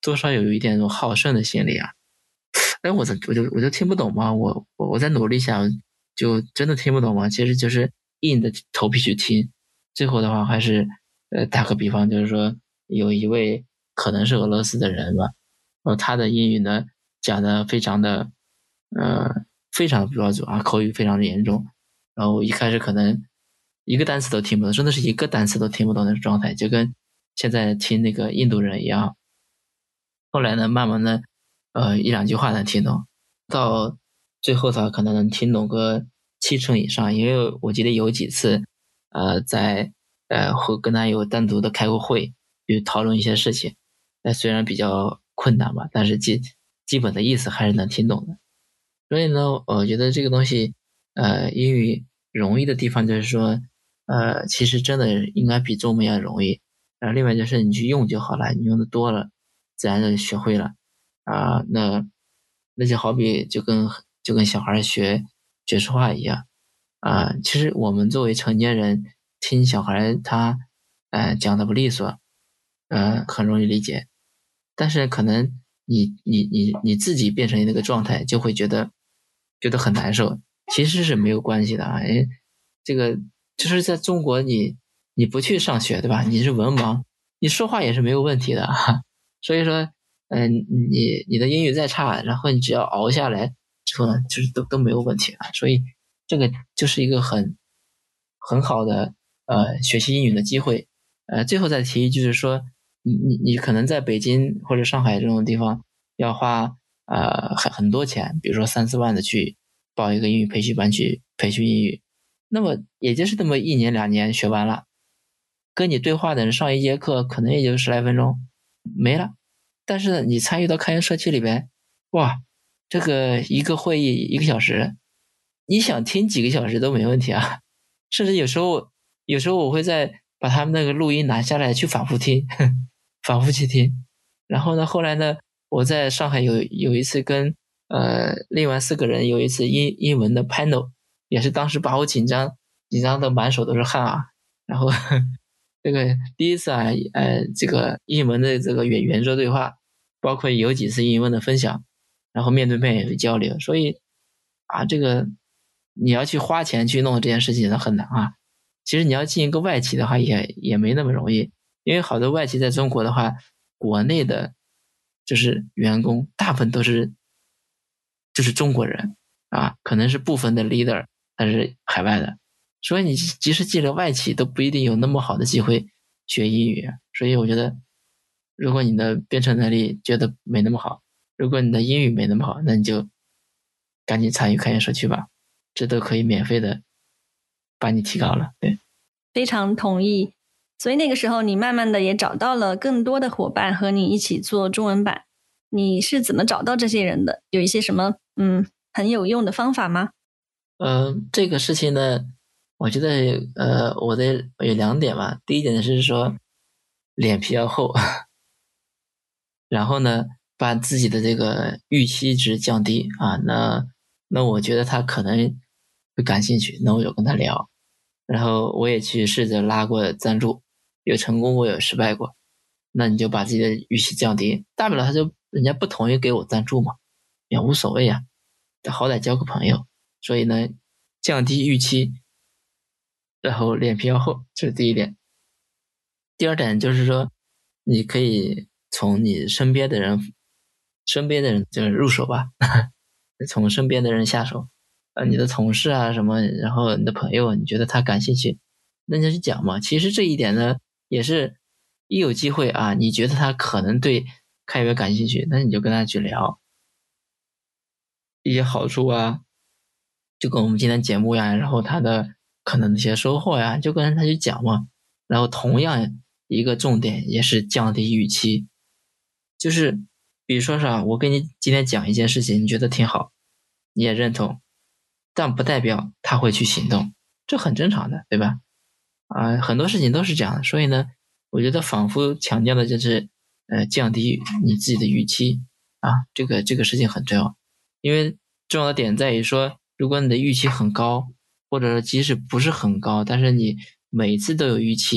多少有一点那种好胜的心理啊。哎，我怎我就我就听不懂吗？我我我再努力想，就真的听不懂吗？其实就是硬着头皮去听，最后的话还是呃打个比方，就是说有一位可能是俄罗斯的人吧，呃，他的英语呢讲的非常的呃非常标准啊，口语非常的严重，然后我一开始可能一个单词都听不懂，真的是一个单词都听不懂的状态，就跟现在听那个印度人一样。后来呢，慢慢的呃一两句话能听懂，到最后他可能能听懂个七成以上，因为我记得有几次呃在呃会跟他有单独的开过会，就讨论一些事情，那虽然比较困难吧，但是基基本的意思还是能听懂的。所以呢，我觉得这个东西呃英语容易的地方就是说呃其实真的应该比中文要容易，然后另外就是你去用就好了，你用的多了自然就学会了啊。那那就好比就跟就跟小孩学学说话一样啊。其实我们作为成年人听小孩他呃讲的不利索，呃很容易理解，但是可能你你你你自己变成那个状态，就会觉得觉得很难受。其实是没有关系的啊，因为这个就是在中国你你不去上学对吧？你是文盲，你说话也是没有问题的啊。所以说，嗯、呃，你你的英语再差，然后你只要熬下来之后呢，就是都都没有问题啊。所以这个就是一个很很好的呃学习英语的机会。呃，最后再提就是说，你你你可能在北京或者上海这种地方要花呃很很多钱，比如说三四万的去报一个英语培训班去培训英语，那么也就是这么一年两年学完了，跟你对话的人上一节课可能也就十来分钟没了。但是呢，你参与到开源社区里边，哇，这个一个会议一个小时，你想听几个小时都没问题啊。甚至有时候有时候我会在把他们那个录音拿下来去反复听，反复去听。然后呢，后来呢，我在上海有有一次跟呃另外四个人有一次英英文的 panel， 也是当时把我紧张紧张的满手都是汗啊。然后这个第一次啊，呃，这个英文的这个圆圆桌对话，包括有几次英文的分享，然后面对面也是交流，所以啊，这个你要去花钱去弄这件事情那很难啊。其实你要进一个外企的话也也没那么容易，因为好多外企在中国的话，国内的就是员工大部分都是就是中国人啊，可能是部分的 leader 他是海外的，所以你即使进了外企都不一定有那么好的机会学英语。所以我觉得如果你的编程能力觉得没那么好，如果你的英语没那么好，那你就赶紧参与开源社区吧，这都可以免费的把你提高了。对， 非常同意。所以那个时候你慢慢的也找到了更多的伙伴和你一起做中文版。你是怎么找到这些人的？有一些什么嗯很有用的方法吗？ 呃，这个事情呢，我觉得呃，我的有两点吧。第一点是说脸皮要厚，然后呢，把自己的这个预期值降低啊。那那我觉得他可能会感兴趣，那我就跟他聊。然后我也去试着拉过赞助，有成功过，有失败过。那你就把自己的预期降低，大不了他就人家不同意给我赞助嘛，也无所谓呀，好歹交个朋友。所以呢，降低预期，然后脸皮要厚，这是第一点。第二点就是说，你可以从你身边的人，身边的人就是入手吧，从身边的人下手。呃，你的同事啊什么，然后你的朋友，你觉得他感兴趣，那你就去讲嘛。其实这一点呢，也是一有机会啊，你觉得他可能对开源感兴趣，那你就跟他去聊一些好处啊，就跟我们今天节目呀，然后他的可能一些收获呀，就跟他去讲嘛。然后同样一个重点也是降低预期，就是比如说啥，我跟你今天讲一件事情，你觉得挺好，你也认同，但不代表他会去行动，这很正常的，对吧？啊、呃，很多事情都是这样的，所以呢，我觉得反复强调的就是呃降低你自己的预期啊，这个这个事情很重要，因为重要的点在于说，如果你的预期很高，或者即使不是很高，但是你每次都有预期，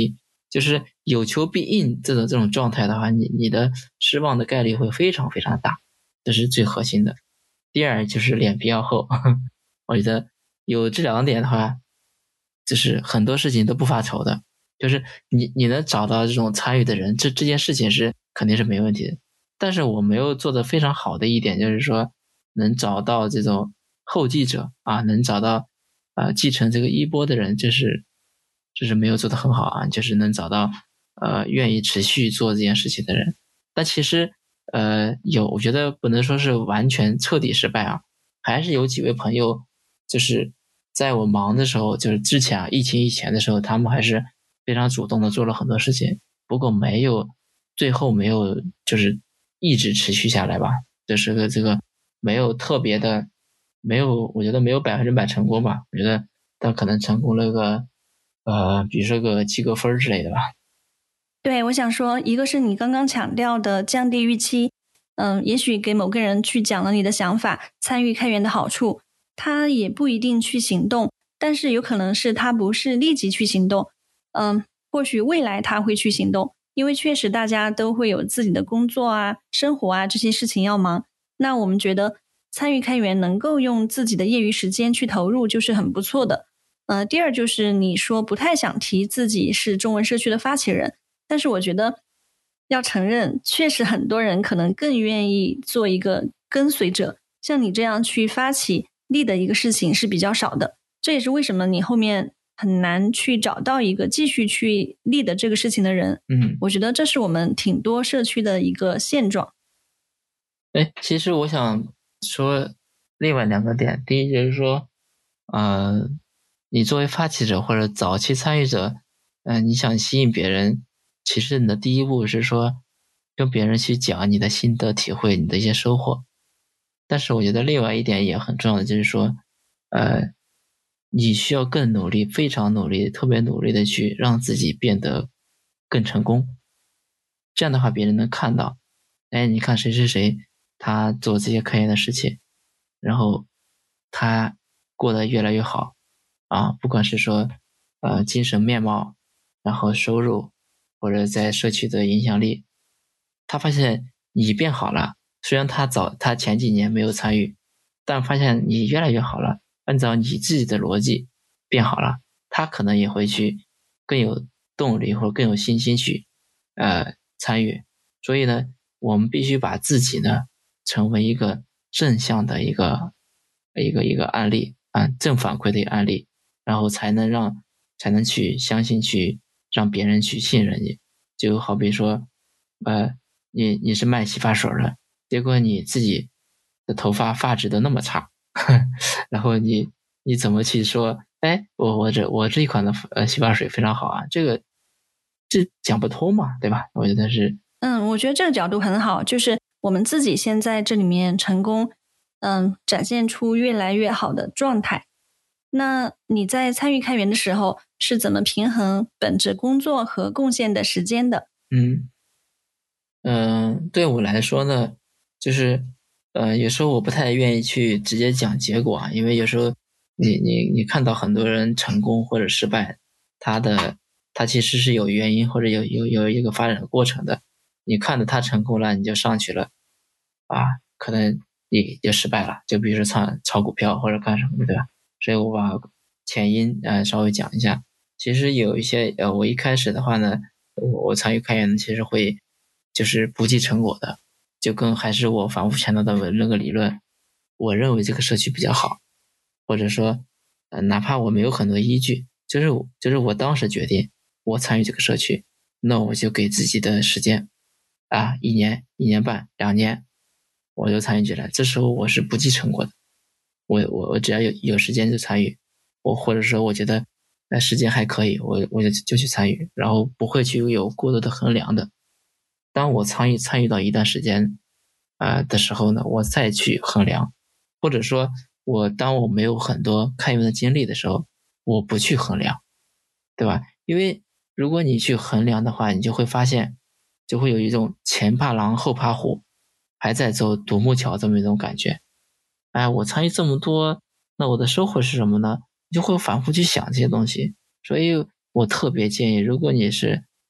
就是有求必应这种这种状态的话，你你的失望的概率会非常非常大，这是最核心的。第二就是脸皮要厚，我觉得有这两点的话，就是很多事情都不发愁的。就是你你能找到这种参与的人，这这件事情是肯定是没问题的。但是我没有做得非常好的一点，就是说能找到这种后继者啊，能找到啊、呃、继承这个衣钵的人，这是这是没有做得很好啊，就是能找到呃愿意持续做这件事情的人。但其实呃有，我觉得不能说是完全彻底失败啊，还是有几位朋友，就是在我忙的时候，就是之前啊疫情以前的时候，他们还是非常主动的做了很多事情，不过没有最后没有就是一直持续下来吧，这是个这个没有特别的，没有我觉得没有百分之百成功吧，我觉得但可能成功了个呃比如说个及格分之类的吧。 对，我想说，一个是你刚刚强调的降低预期，嗯，也许给某个人去讲了你的想法，参与开源的好处，他也不一定去行动，但是有可能是他不是立即去行动，嗯，或许未来他会去行动，因为确实大家都会有自己的工作啊、生活啊这些事情要忙，那我们觉得参与开源能够用自己的业余时间去投入，就是很不错的。呃，第二就是你说不太想提自己是中文社区的发起人，但是我觉得要承认，确实很多人可能更愿意做一个跟随者，像你这样去发起立的一个事情是比较少的。这也是为什么你后面很难去找到一个继续去立的这个事情的人。 嗯， 我觉得这是我们挺多社区的一个现状。 哎，其实我想说另外两个点，第一就是说，呃，你作为发起者或者早期参与者，嗯、呃，你想吸引别人，其实你的第一步是说跟别人去讲你的心得体会，你的一些收获。但是我觉得另外一点也很重要的就是说，呃，你需要更努力，非常努力，特别努力的去让自己变得更成功。这样的话，别人能看到，哎，你看谁谁谁，他做这些科研的事情，然后他过得越来越好啊，不管是说呃精神面貌，然后收入，或者在社区的影响力，他发现你变好了。虽然他早他前几年没有参与，但发现你越来越好了，按照你自己的逻辑变好了，他可能也会去更有动力或者更有信心去呃参与。所以呢，我们必须把自己呢成为一个正向的一个一个一个案例啊，正反馈的一个案例，然后才能让才能去相信去让别人去信任你。就好比说，呃，你你是卖洗发水的，结果你自己的头发发质都那么差，然后你你怎么去说？哎，我我这我这一款的呃洗发水非常好啊，这个这讲不通嘛，对吧？我觉得是。 嗯，我觉得这个角度很好，就是我们自己先在这里面成功，嗯，展现出越来越好的状态。那你在参与开源的时候是怎么平衡本职工作和贡献的时间的？ 嗯嗯、呃，对我来说呢，就是呃，有时候我不太愿意去直接讲结果啊，因为有时候你你你看到很多人成功或者失败，他的他其实是有原因或者有有有一个发展的过程的。你看着他成功了，你就上去了，啊，可能你就失败了。就比如说炒炒股票或者干什么的，对吧？所以我把前因呃稍微讲一下。其实有一些呃，我一开始的话呢，我我参与开源其实会就是不计成果的，就跟还是我反复强调的那个理论，我认为这个社区比较好，或者说呃哪怕我没有很多依据，就是就是我当时决定我参与这个社区，那我就给自己的时间啊，一年、一年半、两年，我就参与进来。这时候我是不计成果的，我我我只要有有时间就参与，我或者说我觉得那时间还可以，我我就就去参与，然后不会去有过多的衡量的。当我参与参与到一段时间啊、呃、的时候呢，我再去衡量，或者说我当我没有很多开源的经历的时候，我不去衡量，对吧？因为如果你去衡量的话，你就会发现，就会有一种前怕狼后怕虎，还在走独木桥这么一种感觉。哎，我参与这么多，那我的收获是什么呢？你就会反复去想这些东西。所以我特别建议，如果你是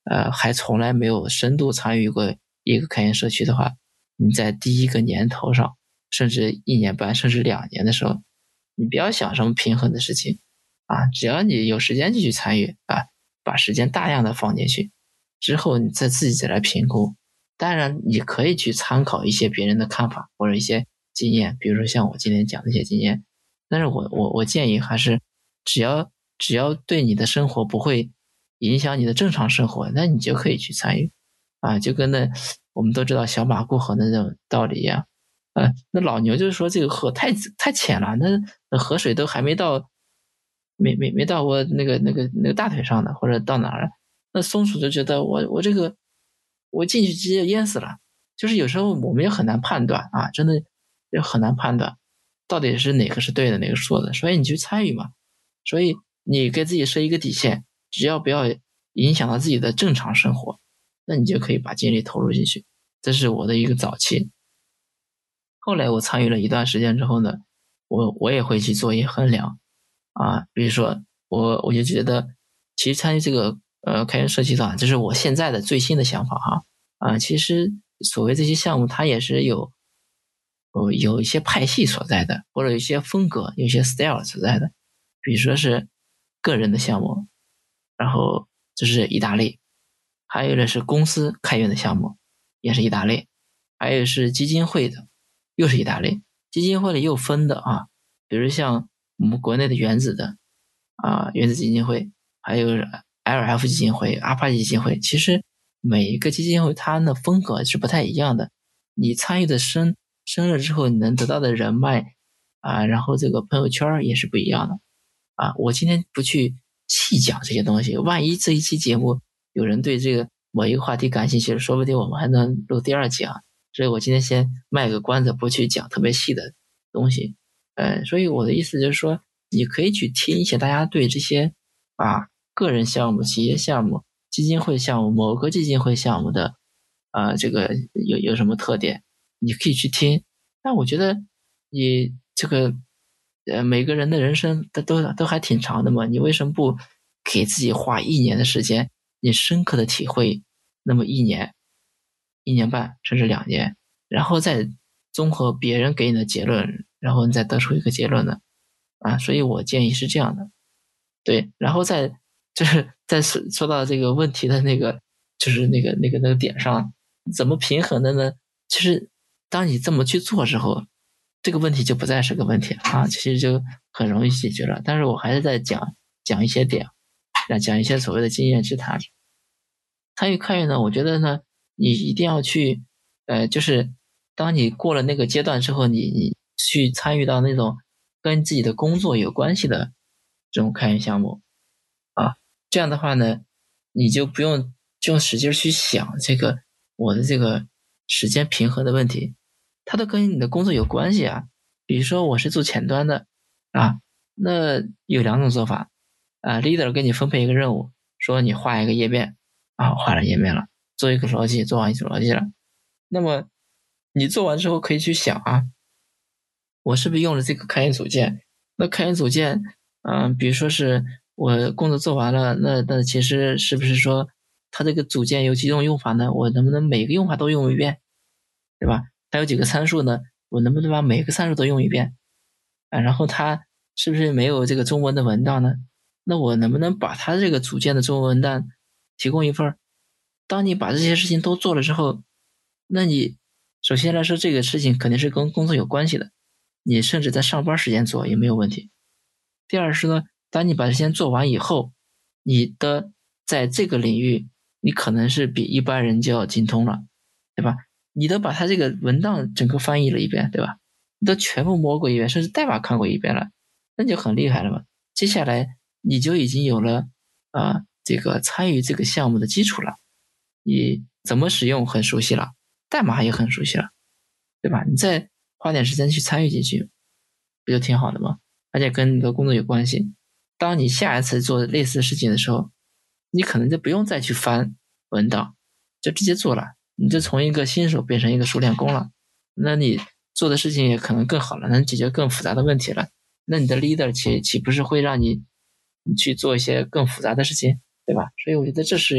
呃还从来没有深度参与过一个开源社区的话，你在第一个年头上，甚至一年半甚至两年的时候，你不要想什么平衡的事情啊，只要你有时间就去参与啊，把时间大量的放进去，之后你再自己再来评估。当然你可以去参考一些别人的看法或者一些经验，比如说像我今天讲的一些经验，但是我我我建议还是只要只要对你的生活不会影响你的正常生活，那你就可以去参与啊，就跟那我们都知道小马过河的那种道理一样。呃，那老牛就是说这个河太太浅了，那那河水都还没到，没没没到我那个那个那个大腿上的，或者到哪儿了？那松鼠就觉得我我这个我进去直接淹死了。就是有时候我们也很难判断啊，真的也很难判断到底是哪个是对的，哪个是错的。所以你去参与嘛，所以你给自己设一个底线，只要不要影响到自己的正常生活，那你就可以把精力投入进去。这是我的一个早期。后来我参与了一段时间之后呢，我我也会去做一些衡量啊，比如说我我就觉得，其实参与这个呃开源社区的话，这是我现在的最新的想法哈啊，其实所谓这些项目，它也是有有有一些派系所在的，或者有一些风格、有一些 style 所在的，比如说是个人的项目，然后这是一大类，还有的是公司开源的项目，也是一大类，还有是基金会的。又是一大类，基金会里又分的啊，比如像我们国内的原子的啊，原子基金会，还有 L F 基金会、阿帕基金会，其实每一个基金会它的风格是不太一样的。你参与的深深了之后，你能得到的人脉啊，然后这个朋友圈也是不一样的啊。我今天不去细讲这些东西，万一这一期节目有人对这个某一个话题感兴趣，说不定我们还能录第二集啊。所以我今天先卖个关子，不去讲特别细的东西。呃，所以我的意思就是说，你可以去听一些大家对这些啊个人项目、企业项目、基金会项目、某个基金会项目的啊、呃、这个有有什么特点，你可以去听。但我觉得你这个呃每个人的人生都都都还挺长的嘛，你为什么不给自己花一年的时间，你深刻的体会那么一年？一年半甚至两年，然后再综合别人给你的结论，然后你再得出一个结论呢？啊，所以我建议是这样的，对，然后再就是再说说到这个问题的那个，就是那个那个那个点上，怎么平衡的呢？其实当你这么去做之后，这个问题就不再是个问题啊，其实就很容易解决了。但是我还是在讲讲一些点，讲一些所谓的经验之谈。参与开源呢，我觉得呢。你一定要去，呃，就是当你过了那个阶段之后，你你去参与到那种跟自己的工作有关系的这种开源项目啊，这样的话呢，你就不用就用使劲去想这个我的这个时间平衡的问题，它都跟你的工作有关系啊。比如说我是做前端的啊，那有两种做法啊 ，leader 给你分配一个任务，说你画一个页面啊，画了页面了。做一个逻辑，做完一组逻辑了，那么你做完之后可以去想啊，我是不是用了这个开源组件？那开源组件，嗯、呃，比如说是我工作做完了，那那其实是不是说它这个组件有几种用法呢？我能不能每个用法都用一遍，对吧？它有几个参数呢？我能不能把每个参数都用一遍？啊，然后它是不是没有这个中文的文档呢？那我能不能把它这个组件的中文文档提供一份？当你把这些事情都做了之后，那你首先来说这个事情肯定是跟工作有关系的，你甚至在上班时间做也没有问题。第二是呢，当你把这些做完以后，你的在这个领域你可能是比一般人就要精通了，对吧？你都把它这个文档整个翻译了一遍，对吧？你都全部摸过一遍，甚至代码看过一遍了，那就很厉害了嘛。接下来你就已经有了啊、呃、这个参与这个项目的基础了。你怎么使用很熟悉了，代码也很熟悉了，对吧？你再花点时间去参与进去，不就挺好的吗？而且跟你的工作有关系。当你下一次做类似的事情的时候，你可能就不用再去翻文档，就直接做了，你就从一个新手变成一个熟练工了。那你做的事情也可能更好了，能解决更复杂的问题了。那你的 leader 岂岂不是会让你你去做一些更复杂的事情，对吧？所以我觉得这是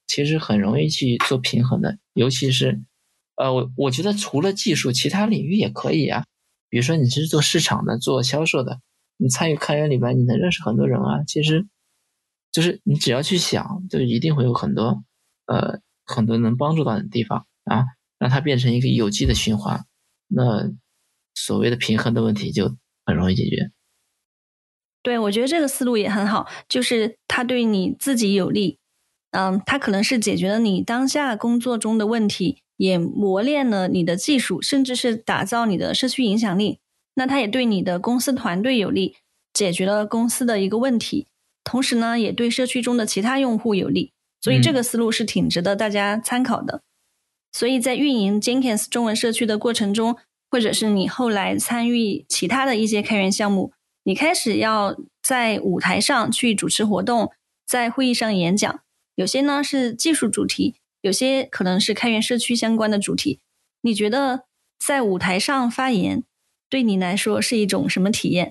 其实很容易去做平衡的，尤其是呃，我我觉得除了技术，其他领域也可以啊。比如说你是做市场的，做销售的，你参与开源里边，你能认识很多人啊。其实就是你只要去想，就一定会有很多呃很多能帮助到你的地方啊，让它变成一个有机的循环，那所谓的平衡的问题就很容易解决。 对，我觉得这个思路也很好，就是它对你自己有利。嗯，它可能是解决了你当下工作中的问题，也磨练了你的技术，甚至是打造你的社区影响力。那它也对你的公司团队有利，解决了公司的一个问题，同时呢，也对社区中的其他用户有利。所以这个思路是挺值得大家参考的。嗯、所以在运营 Jenkins 中文社区的过程中，或者是你后来参与其他的一些开源项目，你开始要在舞台上去主持活动，在会议上演讲，有些呢是技术主题，有些可能是开源社区相关的主题。你觉得在舞台上发言对你来说是一种什么体验？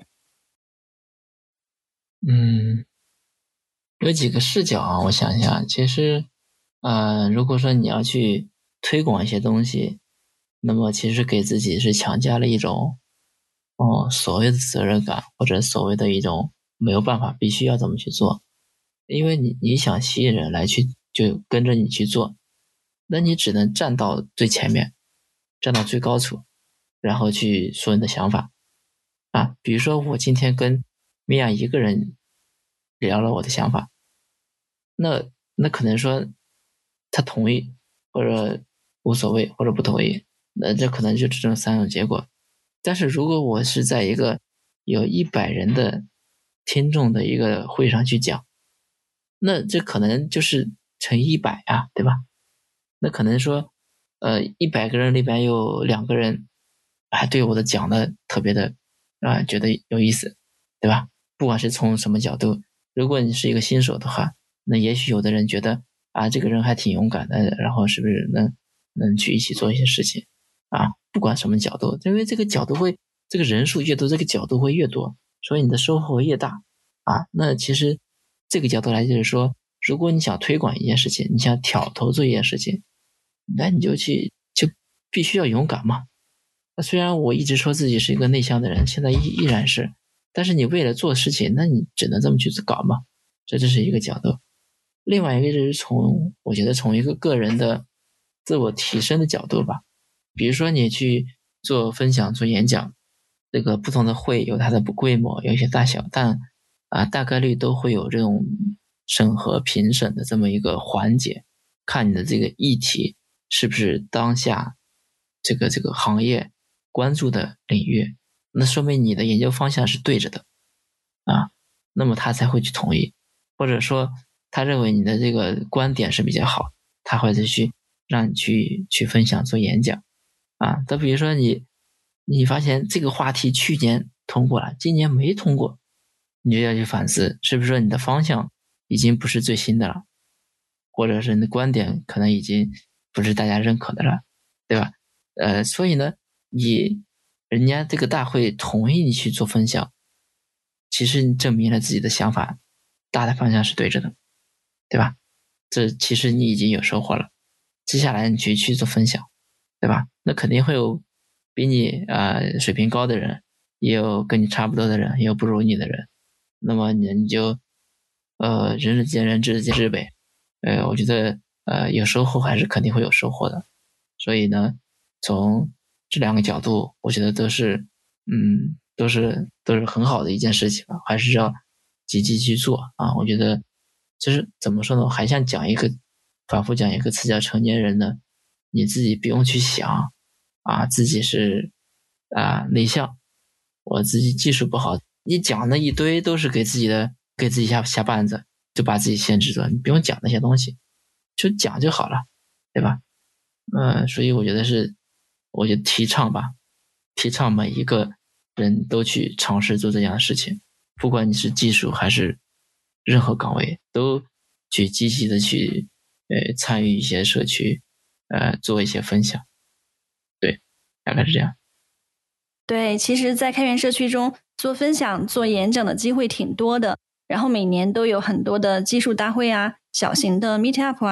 嗯，有几个视角啊，我想一下。其实呃，如果说你要去推广一些东西，那么其实给自己是强加了一种哦，所谓的责任感，或者所谓的一种没有办法必须要这么去做。因为你你想吸引人来去就跟着你去做，那你只能站到最前面，站到最高处，然后去说你的想法啊。比如说我今天跟米娅一个人聊了我的想法，那那可能说他同意或者无所谓或者不同意，那这可能就这种三种结果。但是如果我是在一个有一百人的听众的一个会上去讲，那这可能就是乘以一百啊，对吧？那可能说呃一百个人里边有两个人还对我的讲的特别的啊觉得有意思，对吧？不管是从什么角度，如果你是一个新手的话，那也许有的人觉得啊这个人还挺勇敢的，然后是不是能能去一起做一些事情啊？不管什么角度，因为这个角度会这个人数越多，这个角度会越多，所以你的收获会越大啊。那其实这个角度来就是说，如果你想推广一件事情，你想挑头做一件事情，那你就去就必须要勇敢嘛。那虽然我一直说自己是一个内向的人，现在依依然是，但是你为了做事情，那你只能这么去搞嘛。这这是一个角度。另外一个就是从我觉得从一个个人的自我提升的角度吧。比如说你去做分享做演讲，这个不同的会有它的规模，有一些大小，但啊大概率都会有这种审核评审的这么一个环节，看你的这个议题是不是当下这个这个行业关注的领域，那说明你的研究方向是对着的啊，那么他才会去同意，或者说他认为你的这个观点是比较好，他会去让你去去分享做演讲啊。再比如说你你发现这个话题去年通过了，今年没通过，你就要去反思，是不是说你的方向已经不是最新的了，或者是你的观点可能已经不是大家认可的了，对吧？呃，所以呢，你人家这个大会同意你去做分享，其实你证明了自己的想法大的方向是对着的，对吧？这其实你已经有收获了，接下来你去去做分享，对吧？那肯定会有比你呃水平高的人，也有跟你差不多的人，也有不如你的人，那么你你就呃仁者见仁，智者见智呗。呃，我觉得呃有收获还是肯定会有收获的，所以呢，从这两个角度，我觉得都是嗯都是都是很好的一件事情吧，还是要积极去做啊。我觉得就是怎么说呢，我还想讲一个反复讲一个词叫成年人呢，你自己不用去想啊自己是啊内向，我自己技术不好，你讲的一堆都是给自己的给自己下下绊子，就把自己限制住，你不用讲那些东西，就讲就好了，对吧？呃，所以我觉得是，我就提倡吧，提倡每一个人都去尝试做这样的事情，不管你是技术还是任何岗位，都去积极的去呃参与一些社区，呃做一些分享，对，大概是这样。 对，其实在开源社区中做分享做演讲的机会挺多的，然后每年都有很多的技术大会啊，小型的 meetup 啊，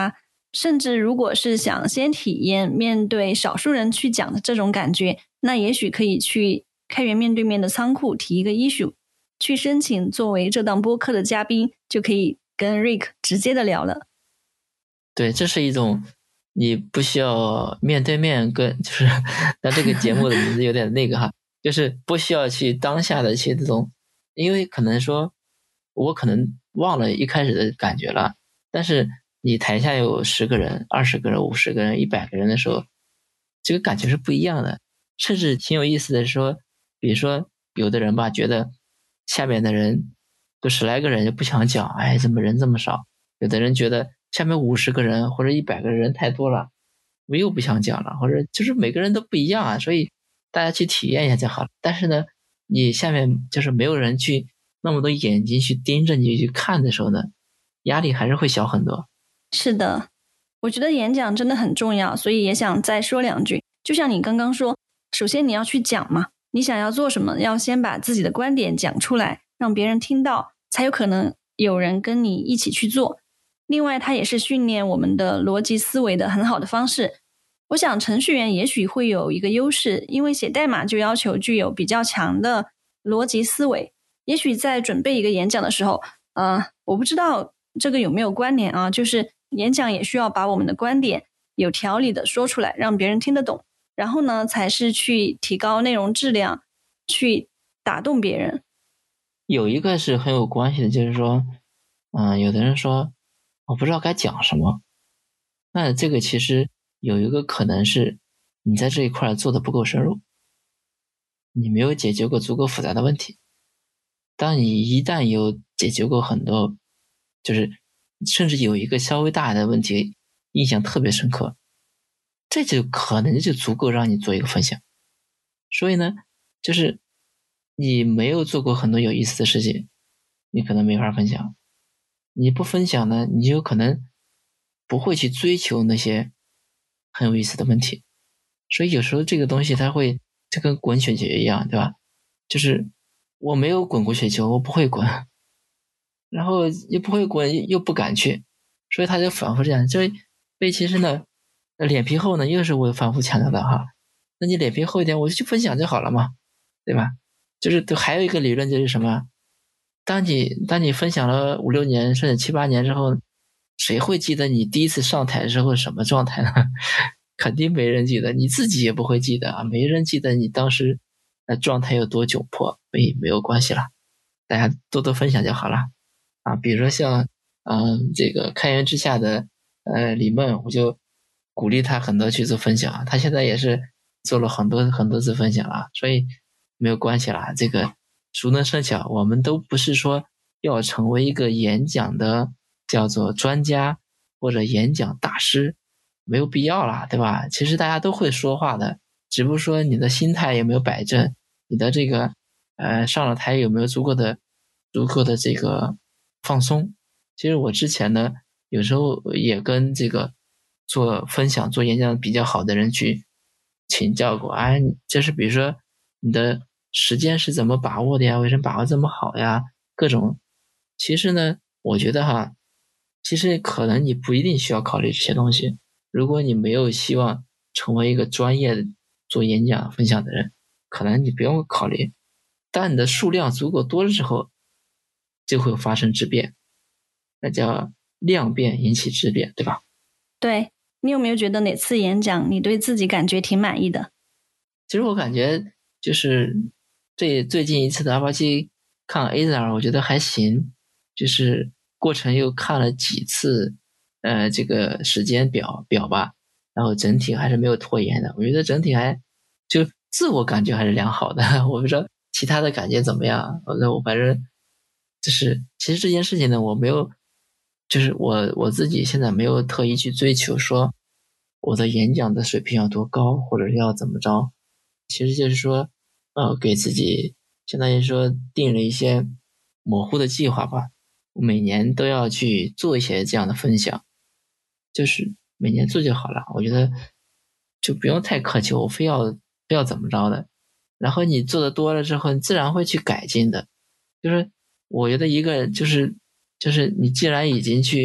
甚至如果是想先体验面对少数人去讲的这种感觉，那也许可以去开源面对面的仓库提一个 issue， 去申请作为这档播客的嘉宾，就可以跟 Rick 直接的聊了。 对，这是一种你不需要面对面跟，就是但这个节目的名字有点那个哈，就是不需要去当下的去这种，因为可能说我可能忘了一开始的感觉了，但是你台下有十个人、二十个人、五十个人、一百个人的时候，这个感觉是不一样的。甚至挺有意思的是说，比如说有的人吧，觉得下面的人都十来个人就不想讲，哎，怎么人这么少？有的人觉得下面五十个人或者一百个人太多了，我又不想讲了，或者就是每个人都不一样啊，所以大家去体验一下就好了。但是呢，你下面就是没有人去那么多眼睛去盯着你去看的时候呢，压力还是会小很多。 是的，我觉得演讲真的很重要，所以也想再说两句。就像你刚刚说，首先你要去讲嘛，你想要做什么，要先把自己的观点讲出来，让别人听到，才有可能有人跟你一起去做。另外，它也是训练我们的逻辑思维的很好的方式。我想程序员也许会有一个优势，因为写代码就要求具有比较强的逻辑思维。也许在准备一个演讲的时候，呃，我不知道这个有没有关联啊，就是演讲也需要把我们的观点有条理的说出来，让别人听得懂，然后呢才是去提高内容质量，去打动别人。 有一个是很有关系的，就是说嗯，有的人说我不知道该讲什么，那这个其实有一个可能是你在这一块做的不够深入，你没有解决过足够复杂的问题。当你一旦有解决过很多，就是甚至有一个稍微大的问题印象特别深刻，这就可能就足够让你做一个分享。所以呢，就是你没有做过很多有意思的事情，你可能没法分享。你不分享呢，你就可能不会去追求那些很有意思的问题。所以有时候这个东西它会就跟滚雪球一样，对吧？就是我没有滚过雪球，我不会滚，然后又不会滚，又不敢去，所以他就反复这样。所以所以其实呢，脸皮厚呢，又是我反复强调的哈。那你脸皮厚一点，我就去分享就好了嘛，对吧？就是还有一个理论就是什么？当你当你分享了五六年甚至七八年之后，谁会记得你第一次上台之后什么状态呢？肯定没人记得，你自己也不会记得啊，没人记得你当时呃状态有多窘迫，所以没有关系了，大家多多分享就好了啊。比如说像嗯、呃、这个开源之下的呃李梦，我就鼓励他很多去做分享，他现在也是做了很多很多次分享了，所以没有关系啦。这个熟能生巧，我们都不是说要成为一个演讲的叫做专家或者演讲大师，没有必要啦，对吧？其实大家都会说话的，只不过说你的心态有没有摆正，你的这个呃上了台有没有足够的足够的这个放松。其实我之前呢，有时候也跟这个做分享做演讲比较好的人去请教过，哎，就是比如说你的时间是怎么把握的呀？为什么把握这么好呀？各种，其实呢，我觉得哈，其实可能你不一定需要考虑这些东西。如果你没有希望成为一个专业的做演讲分享的人，可能你不用考虑。当你的数量足够多了之后，就会发生质变，那叫量变引起质变，对吧？ 对，你有没有觉得哪次演讲你对自己感觉挺满意的？ 其实我感觉就是这最近一次的 R 八七 看 A Z R 我觉得还行，就是过程又看了几次呃这个时间表表吧，然后整体还是没有拖延的，我觉得整体还就自我感觉还是良好的，我不知道其他的感觉怎么样。那我反正就是其实这件事情呢，我没有就是我我自己现在没有特意去追求说我的演讲的水平要多高，或者是要怎么着，其实就是说呃给自己相当于说定了一些模糊的计划吧，我每年都要去做一些这样的分享，就是每年做就好了，我觉得就不用太苛求非要非要怎么着的，然后你做的多了之后你自然会去改进的。就是我觉得一个就是就是你既然已经去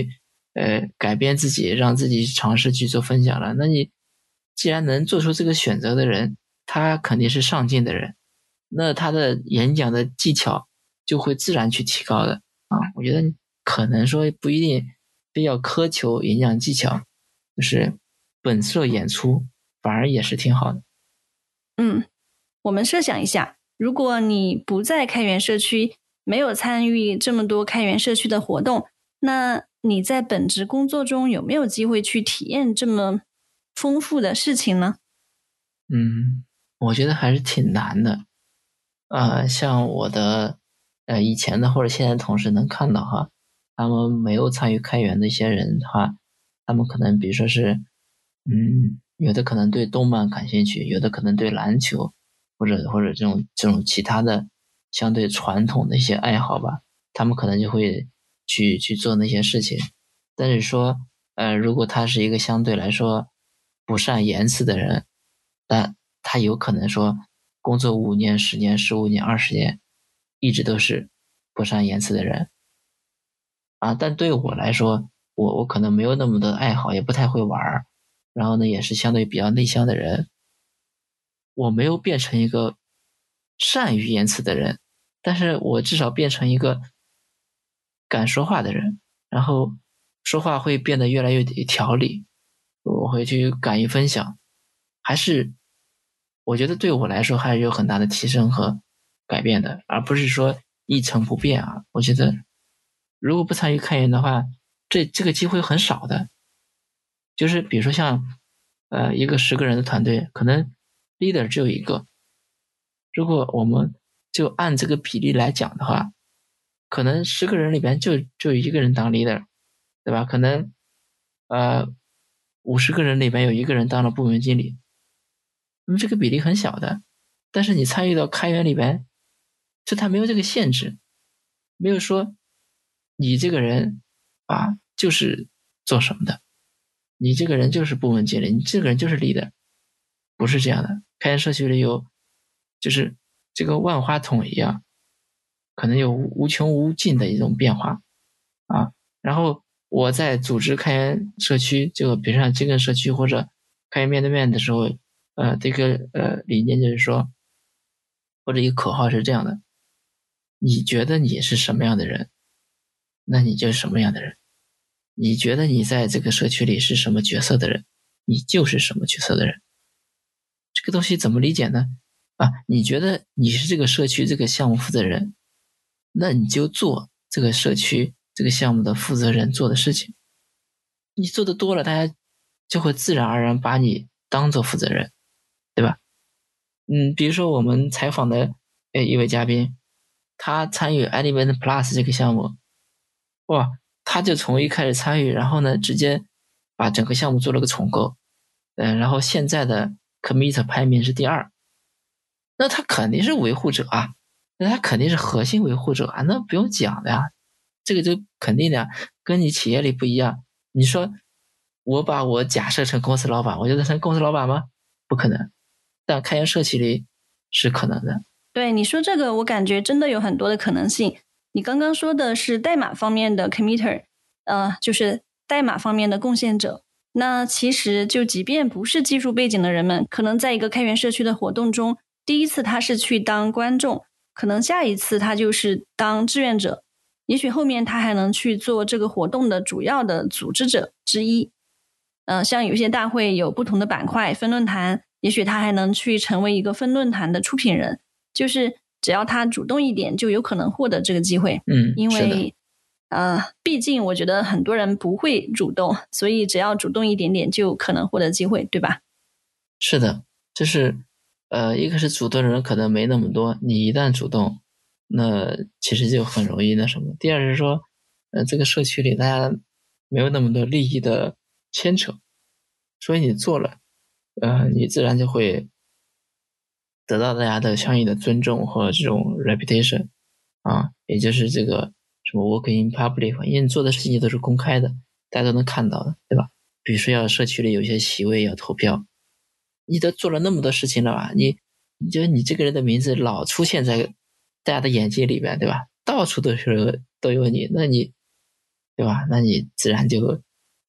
呃改变自己，让自己尝试去做分享了。那你既然能做出这个选择的人，他肯定是上进的人，那他的演讲的技巧就会自然去提高的啊。我觉得可能说不一定非要苛求演讲技巧，就是本色演出反而也是挺好的。 嗯，我们设想一下，如果你不在开源社区，没有参与这么多开源社区的活动，那你在本职工作中有没有机会去体验这么丰富的事情呢？ 嗯，我觉得还是挺难的。呃，像我的呃以前的或者现在的同事能看到哈，他们没有参与开源的一些人的话，他们可能比如说是，嗯，有的可能对动漫感兴趣，有的可能对篮球，或者或者这种这种其他的相对传统的一些爱好吧，他们可能就会去去做那些事情。但是说，呃，如果他是一个相对来说不善言辞的人，那他有可能说工作五年、十年、十五年、二十年，一直都是不善言辞的人啊。但对我来说，我我可能没有那么多爱好，也不太会玩，然后呢，也是相对比较内向的人。我没有变成一个善于言辞的人，但是我至少变成一个敢说话的人，然后说话会变得越来越有条理，我会去敢于分享，还是我觉得对我来说还是有很大的提升和改变的，而不是说一成不变啊。我觉得如果不参与开源的话，这这个机会很少的。就是比如说像呃一个十个人的团队，可能 leader 只有一个，如果我们就按这个比例来讲的话，可能十个人里边就就有一个人当 leader， 对吧？可能呃五十个人里边有一个人当了部门经理，那么这个比例很小的。但是你参与到开源里边，就它没有这个限制，没有说你这个人啊就是做什么的，你这个人就是部门经理，你这个人就是 leader， 不是这样的。开源社区里有就是这个万花筒一样，可能有无穷无尽的一种变化啊。然后我在组织开源社区，就比如像精耕社区或者开源面对面的时候，呃，这个呃理念就是说，或者一个口号是这样的：你觉得你是什么样的人，那你就是什么样的人；你觉得你在这个社区里是什么角色的人，你就是什么角色的人。这个东西怎么理解呢？啊，你觉得你是这个社区这个项目负责人，那你就做这个社区这个项目的负责人做的事情。你做的多了，大家就会自然而然把你当做负责人，对吧？嗯，比如说我们采访的呃一位嘉宾，他参与 Element Plus 这个项目，哇，他就从一开始参与，然后呢，直接把整个项目做了个重构，嗯，然后现在的 commit 排名是第二，那他肯定是维护者啊，那他肯定是核心维护者啊，那不用讲的呀，这个就肯定的呀，跟你企业里不一样。你说我把我假设成公司老板，我就成公司老板吗？不可能。但开源社区里是可能的。 对，你说这个，我感觉真的有很多的可能性。你刚刚说的是代码方面的 committer， 呃，就是代码方面的贡献者。那其实就即便不是技术背景的人们，可能在一个开源社区的活动中，第一次他是去当观众，可能下一次他就是当志愿者，也许后面他还能去做这个活动的主要的组织者之一。呃，像有些大会有不同的板块分论坛，也许他还能去成为一个分论坛的出品人，就是只要他主动一点，就有可能获得这个机会。 嗯， 因是的。 为呃，毕竟我觉得很多人不会主动，所以只要主动一点点，就可能获得机会，对吧？ 是的，就是呃，一个是主动的人可能没那么多，你一旦主动，那其实就很容易那什么。第二是说，呃，这个社区里大家没有那么多利益的牵扯，所以你做了，呃，你自然就会得到大家的相应的尊重和这种 reputation 啊，也就是这个什么 work in public，因为你做的事情都是公开的，大家都能看到的，对吧？比如说要社区里有一些席位要投票，你都做了那么多事情了吧？你你觉得你这个人的名字老出现在大家的眼睛里边，对吧？到处都是都有你，那你对吧？那你自然就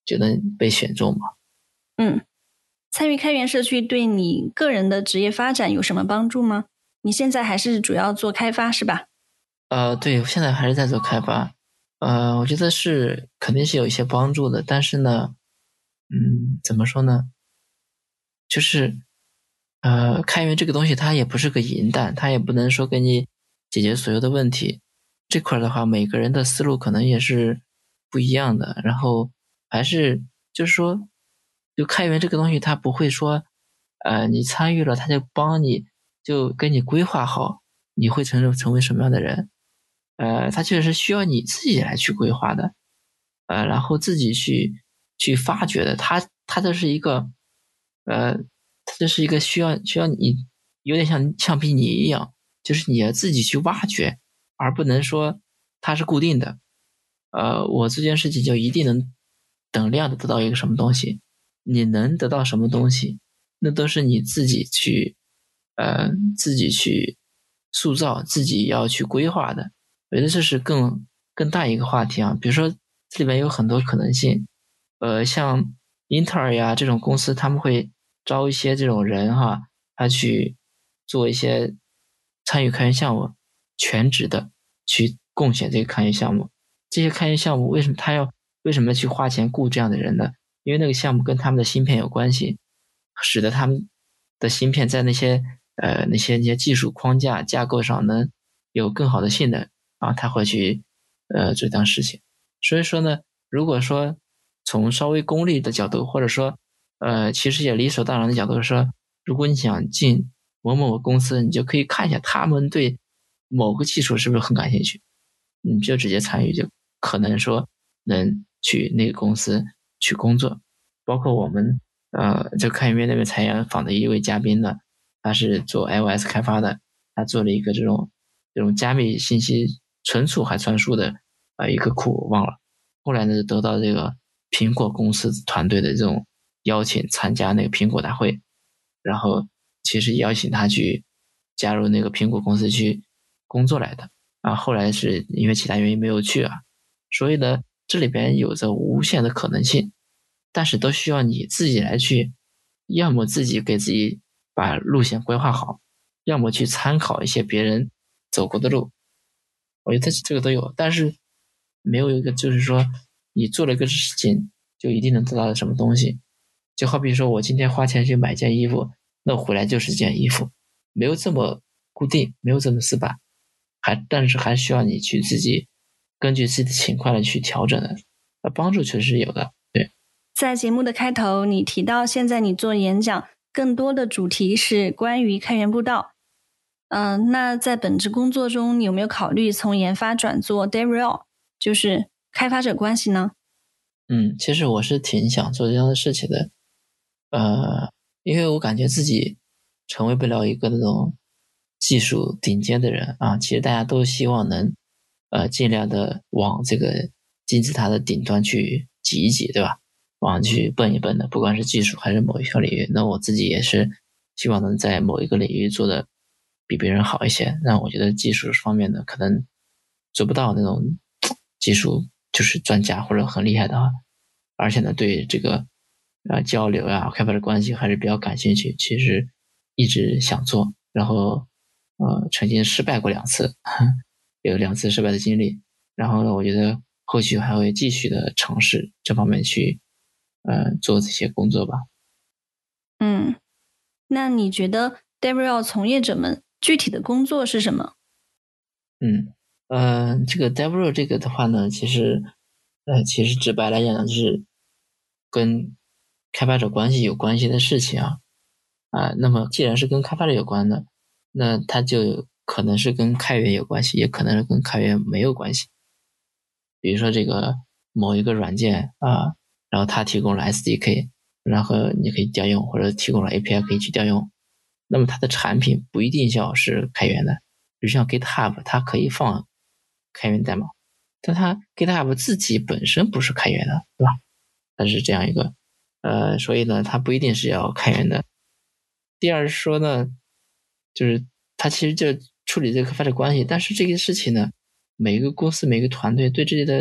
就能被选中嘛。 嗯，参与开源社区对你个人的职业发展有什么帮助吗？你现在还是主要做开发是吧？ 呃，对，我现在还是在做开发。呃，我觉得是肯定是有一些帮助的，但是呢，嗯，怎么说呢？就是呃，开源这个东西它也不是个银弹，它也不能说给你解决所有的问题。这块的话，每个人的思路可能也是不一样的。然后还是就是说，就开源这个东西，它不会说，呃，你参与了，它就帮你，就给你规划好你会成成为什么样的人。呃，它确实需要你自己来去规划的，呃，然后自己去去发掘的。它它这是一个，呃，它这是一个需要需要你有点像橡皮泥一样，就是你要自己去挖掘，而不能说它是固定的。呃，我这件事情就一定能等量的得到一个什么东西，你能得到什么东西，那都是你自己去，呃，自己去塑造，自己要去规划的。我觉得这是更更大一个话题啊。比如说这里面有很多可能性，呃，像英特尔呀这种公司，他们会招一些这种人哈，他去做一些参与开源项目，全职的去贡献这个开源项目。这些开源项目为什么他要为什么去花钱雇这样的人呢？因为那个项目跟他们的芯片有关系，使得他们的芯片在那些呃那些那些技术框架架构上能有更好的性能啊，他会去呃做这档事情。所以说呢，如果说从稍微功利的角度，或者说呃其实也理所当然的角度说，如果你想进某某公司，你就可以看一下他们对某个技术是不是很感兴趣，你就直接参与，就可能说能去那个公司去工作。包括我们呃，就开源那边采访的一位嘉宾呢，他是做 iOS 开发的，他做了一个这种这种加密信息存储还传输的呃一个库，我忘了。后来呢，得到这个苹果公司团队的这种邀请，参加那个苹果大会，然后其实邀请他去加入那个苹果公司去工作来的啊。后来是因为其他原因没有去啊，所以呢，这里边有着无限的可能性，但是都需要你自己来去，要么自己给自己把路线规划好，要么去参考一些别人走过的路。我觉得这个都有，但是没有一个就是说你做了一个事情就一定能得到什么东西。就好比说我今天花钱去买件衣服，那我回来就是件衣服，没有这么固定，没有这么死板，还但是还需要你去自己根据自己的情况来去调整的。呃，帮助确实是有的，对。 在节目的开头，你提到现在你做演讲，更多的主题是关于开源步道。嗯、呃，那在本职工作中，你有没有考虑从研发转做 DevRel， 就是开发者关系呢？ 嗯，其实我是挺想做这样的事情的，呃，因为我感觉自己成为不了一个那种技术顶尖的人啊。其实大家都希望能，呃，尽量的往这个金字塔的顶端去挤一挤，对吧？往去奔一奔的，不管是技术还是某一项领域。那我自己也是希望能在某一个领域做的比别人好一些。那我觉得技术方面的可能做不到那种技术就是专家或者很厉害的话，而且呢，对这个呃交流呀、开发的关系还是比较感兴趣。其实一直想做，然后呃曾经失败过两次，有两次失败的经历。然后呢，我觉得后续还会继续的尝试这方面去呃做这些工作吧。 嗯，那你觉得 DevRel 从业者们具体的工作是什么？ 嗯，呃，这个 DevRel 这个的话呢，其实呃其实直白来讲就是跟开发者关系有关系的事情啊。啊，那么既然是跟开发者有关的，那它就可能是跟开源有关系，也可能是跟开源没有关系。比如说这个某一个软件啊，然后它提供了 S D K， 然后你可以调用，或者提供了 A P I 可以去调用。那么它的产品不一定要是开源的，比如像 GitHub， 它可以放开源代码，但它 GitHub 自己本身不是开源的，对吧？它是这样一个，呃，所以呢，它不一定是要开源的。第二是说呢，就是它其实就处理这个开发者关系，但是这个事情呢，每个公司每个团队对这里的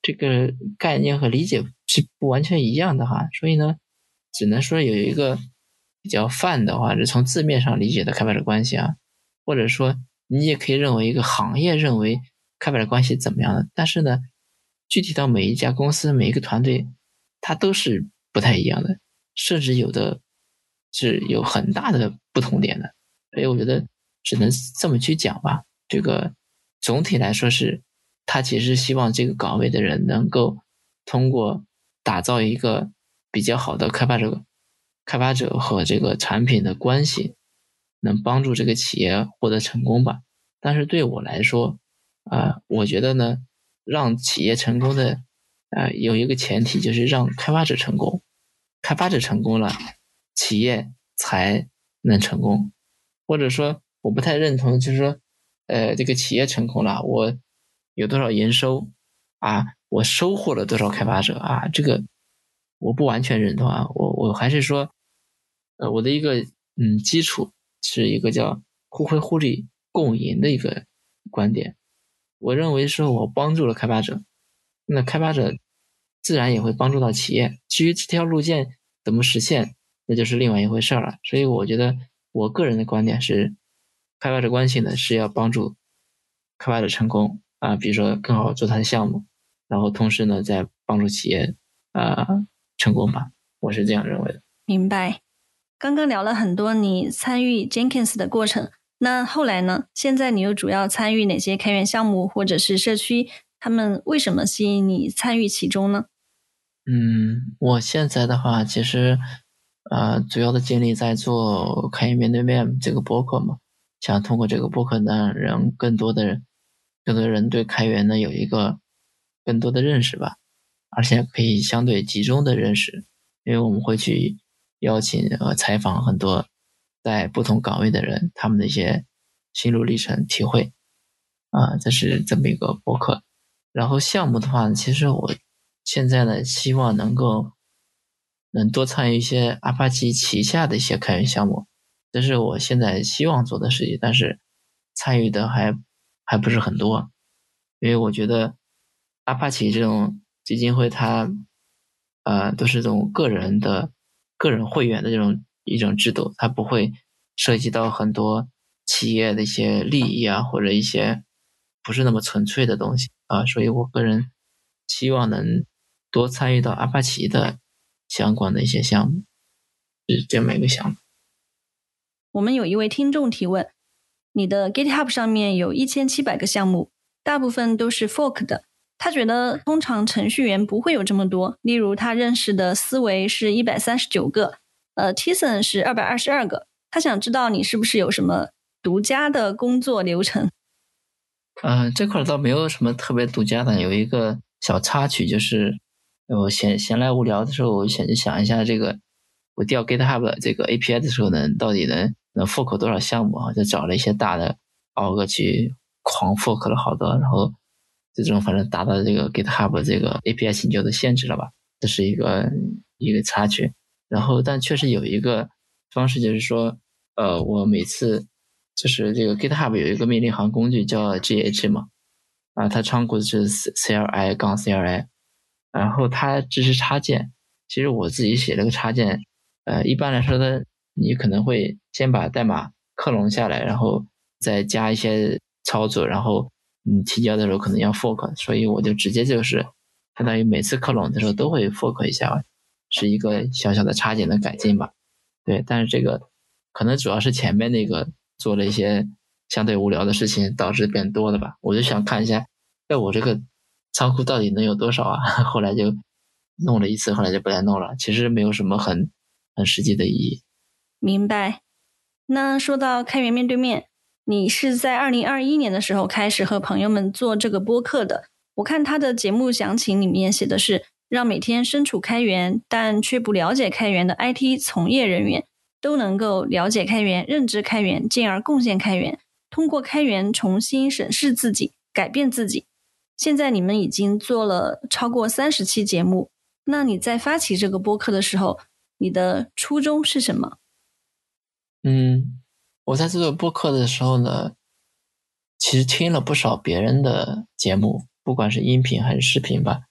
这个概念和理解是不完全一样的哈，所以呢，只能说有一个比较泛的话，是从字面上理解的开发者关系啊，或者说你也可以认为一个行业认为开发者关系怎么样的，但是呢，具体到每一家公司每一个团队，它都是不太一样的，甚至有的是有很大的不同点的，所以我觉得只能这么去讲吧。这个总体来说是，他其实希望这个岗位的人能够通过打造一个比较好的开发者、开发者和这个产品的关系，能帮助这个企业获得成功吧。但是对我来说，啊、呃，我觉得呢，让企业成功的，啊、呃，有一个前提就是让开发者成功，开发者成功了，企业才能成功。或者说，我不太认同，就是说，呃，这个企业成功了，我有多少营收啊，我收获了多少开发者啊，这个我不完全认同啊，我我还是说，呃，我的一个嗯基础是一个叫互惠互利共赢的一个观点。我认为说我帮助了开发者，那开发者自然也会帮助到企业。至于这条路线怎么实现，那就是另外一回事了。所以我觉得我个人的观点是，开发者关系呢是要帮助开发者成功啊，比如说更好做他的项目，然后同时呢再帮助企业啊成功吧。我是这样认为的。 明白。刚刚聊了很多你参与 Jenkins 的过程，那后来呢？现在你又主要参与哪些开源项目或者是社区？他们为什么吸引你参与其中呢？ 嗯，我现在的话，其实呃，主要的精力在做开源面对面这个播客嘛，想通过这个播客呢，让更多的人、更多的人对开源呢有一个更多的认识吧，而且可以相对集中的认识，因为我们会去邀请和采访很多在不同岗位的人，他们的一些心路历程、体会啊，这是这么一个播客。然后项目的话，其实我现在呢，希望能够能多参与一些阿帕奇旗下的一些开源项目，这是我现在希望做的事情，但是参与的还还不是很多，因为我觉得阿帕奇这种基金会它呃都是这种个人的个人会员的这种一种制度，它不会涉及到很多企业的一些利益啊，或者一些不是那么纯粹的东西啊，所以我个人希望能多参与到阿帕奇的相关的一些项目，是这么一个项目。 我们有一位听众提问，你的 GitHub 上面有一千七百个项目，大部分都是 fork 的，他觉得通常程序员不会有这么多，例如他认识的思维是一百三十九个，呃 Tison 是二百二十二个，他想知道你是不是有什么独家的工作流程。 嗯、呃，这块倒没有什么特别独家的，有一个小插曲，就是我闲闲来无聊的时候，我想就想一下这个我调 GitHub 这个 A P I 的时候呢，到底能能 fork 多少项目啊？就找了一些大的 org 去狂 fork 了好多，然后最终反正达到这个 GitHub 这个 A P I 请求的限制了吧，这是一个一个插曲。然后但确实有一个方式，就是说呃我每次就是这个 GitHub 有一个命令行工具叫 G H 嘛，啊，它仓库是 C L I 杠 C L I， 然后它支持插件。其实我自己写了个插件，呃，一般来说呢，你可能会先把代码克隆下来，然后再加一些操作，然后你提交的时候可能要 fork， 所以我就直接就是相当于每次克隆的时候都会 fork 一下，是一个小小的插件的改进吧。对，但是这个可能主要是前面那个做了一些相对无聊的事情导致变多的吧。我就想看一下，在我这个仓库到底能有多少啊？后来就弄了一次，后来就不再弄了。其实没有什么很很实际的意义。 明白。那说到开源面对面，你是在二零二一年的时候开始和朋友们做这个播客的。我看他的节目详情里面写的是，让每天身处开源但却不了解开源的 I T 从业人员都能够了解开源、认知开源，进而贡献开源，通过开源重新审视自己，改变自己。现在你们已经做了超过三十期节目，那你在发起这个播客的时候，你的初衷是什么？ 嗯，我在做播客的时候呢，其实听了不少别人的节目，不管是音频还是视频吧。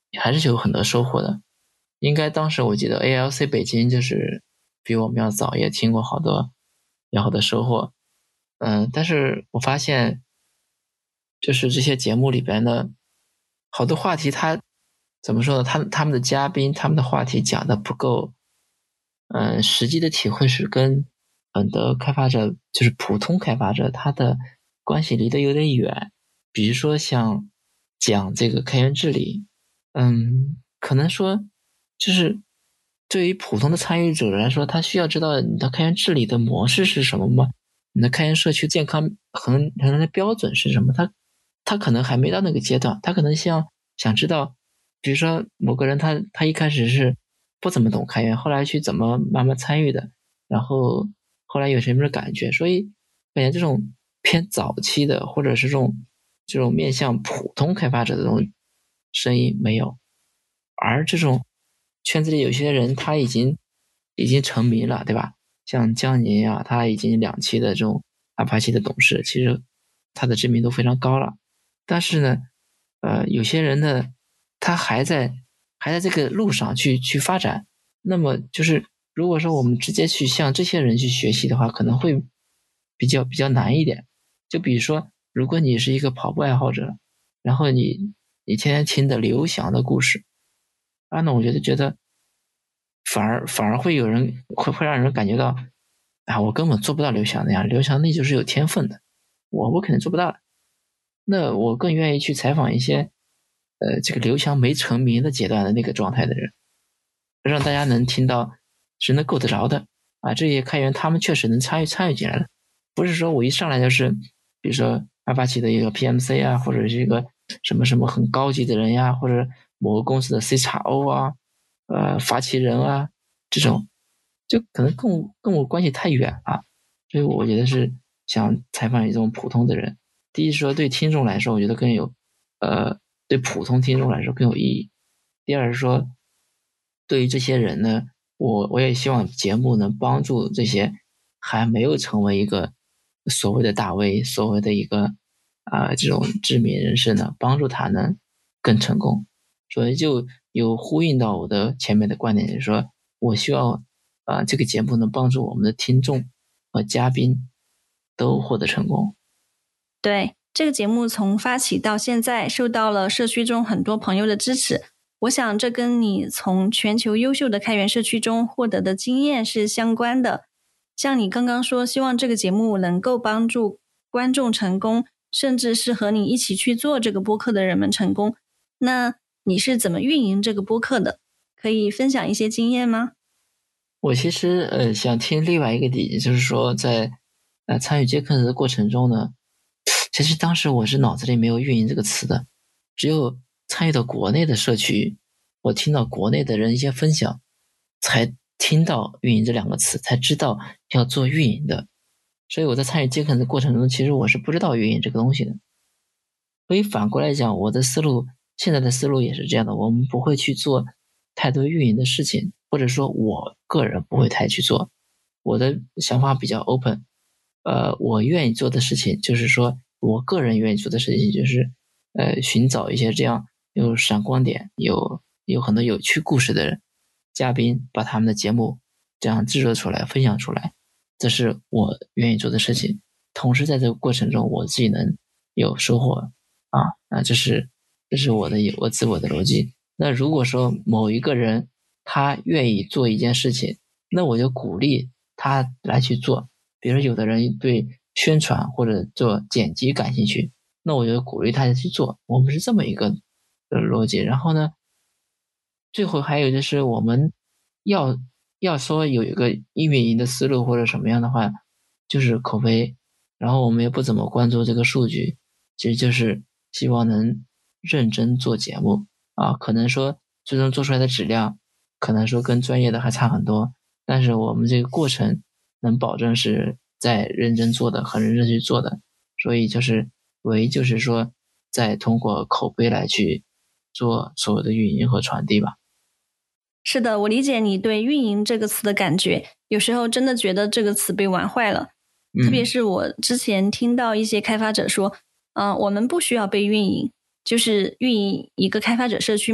还是有很多收获的。应该当时我记得 A L C 北京就是比我们要早，也听过好多有好多收获。嗯，但是我发现就是这些节目里边的好多话题，它怎么说呢？他他们的嘉宾他们的话题讲的不够，嗯，实际的体会是跟很多开发者，就是普通开发者，他的关系离得有点远。比如说像讲这个开源治理，嗯，可能说就是对于普通的参与者来说，他需要知道你的开源治理的模式是什么吗？你的开源社区健康衡衡的标准是什么？他他可能还没到那个阶段，他可能像想知道，比如说某个人他他一开始是不怎么懂开源，后来去怎么慢慢参与的，然后后来有什么的感觉，所以感觉这种偏早期的或者是这种这种面向普通开发者的这种声音没有，而这种圈子里有些人他已经已经成名了，对吧？像江宁啊，他已经两期的这种阿帕奇的董事，其实他的知名度非常高了。但是呢，呃，有些人呢，他还在还在这个路上去去发展。那么就是如果说我们直接去向这些人去学习的话，可能会比较比较难一点。就比如说，如果你是一个跑步爱好者，然后你你天天听的刘翔的故事，啊，那我觉得觉得反而反而会有人会会让人感觉到，啊，我根本做不到刘翔那样，刘翔那就是有天分的，我我肯定做不到的。那我更愿意去采访一些，呃，这个刘翔没成名的阶段的那个状态的人，让大家能听到是能够得着的啊。这些开源他们确实能参与参与进来了，不是说我一上来就是，比如说阿帕奇的一个 P M C 啊，或者是一个什么什么很高级的人呀，或者某个公司的 C X O 啊，呃，发起人啊，这种就可能跟我跟我关系太远了，所以我觉得是想采访一种普通的人。第一是说对听众来说，我觉得更有，呃，对普通听众来说更有意义。第二是说，对于这些人呢，我我也希望节目能帮助这些还没有成为一个所谓的大 V，所谓的一个啊、呃、这种知名人士呢，帮助他能更成功。所以就有呼应到我的前面的观点，就是说我希望啊、呃、这个节目能帮助我们的听众和嘉宾都获得成功。 对，这个节目从发起到现在受到了社区中很多朋友的支持，我想这跟你从全球优秀的开源社区中获得的经验是相关的。像你刚刚说希望这个节目能够帮助观众成功，甚至是和你一起去做这个播客的人们成功，那你是怎么运营这个播客的？可以分享一些经验吗？ 我其实呃想听另外一个点，就是说在呃参与接客的过程中呢，其实当时我是脑子里没有运营这个词的，只有参与到国内的社区，我听到国内的人一些分享，才听到运营这两个词，才知道要做运营的。所以我在参与接客的过程中，其实我是不知道运营这个东西的。所以反过来讲，我的思路现在的思路也是这样的，我们不会去做太多运营的事情，或者说我个人不会太去做。我的想法比较 open，呃，我愿意做的事情就是说，我个人愿意做的事情就是，呃，寻找一些这样有闪光点、有有很多有趣故事的嘉宾，把他们的节目这样制作出来、分享出来，这是我愿意做的事情。同时，在这个过程中，我自己能有收获啊，那这是这是我的我自我的逻辑。那如果说某一个人他愿意做一件事情，那我就鼓励他来去做。比如有的人对宣传或者做剪辑感兴趣，那我就鼓励他去做。我们是这么一个呃逻辑。然后呢，最后还有就是我们要要说有一个运营的思路或者什么样的话，就是口碑。然后我们也不怎么关注这个数据，其实就是希望能认真做节目啊。可能说最终做出来的质量，可能说跟专业的还差很多，但是我们这个过程能保证是在认真做的，很认真去做的。所以就是唯就是说，再通过口碑来去做所有的运营和传递吧。 是的，我理解你对运营这个词的感觉，有时候真的觉得这个词被玩坏了。 嗯、 特别是我之前听到一些开发者说，嗯、呃，我们不需要被运营，就是运营一个开发者社区嘛，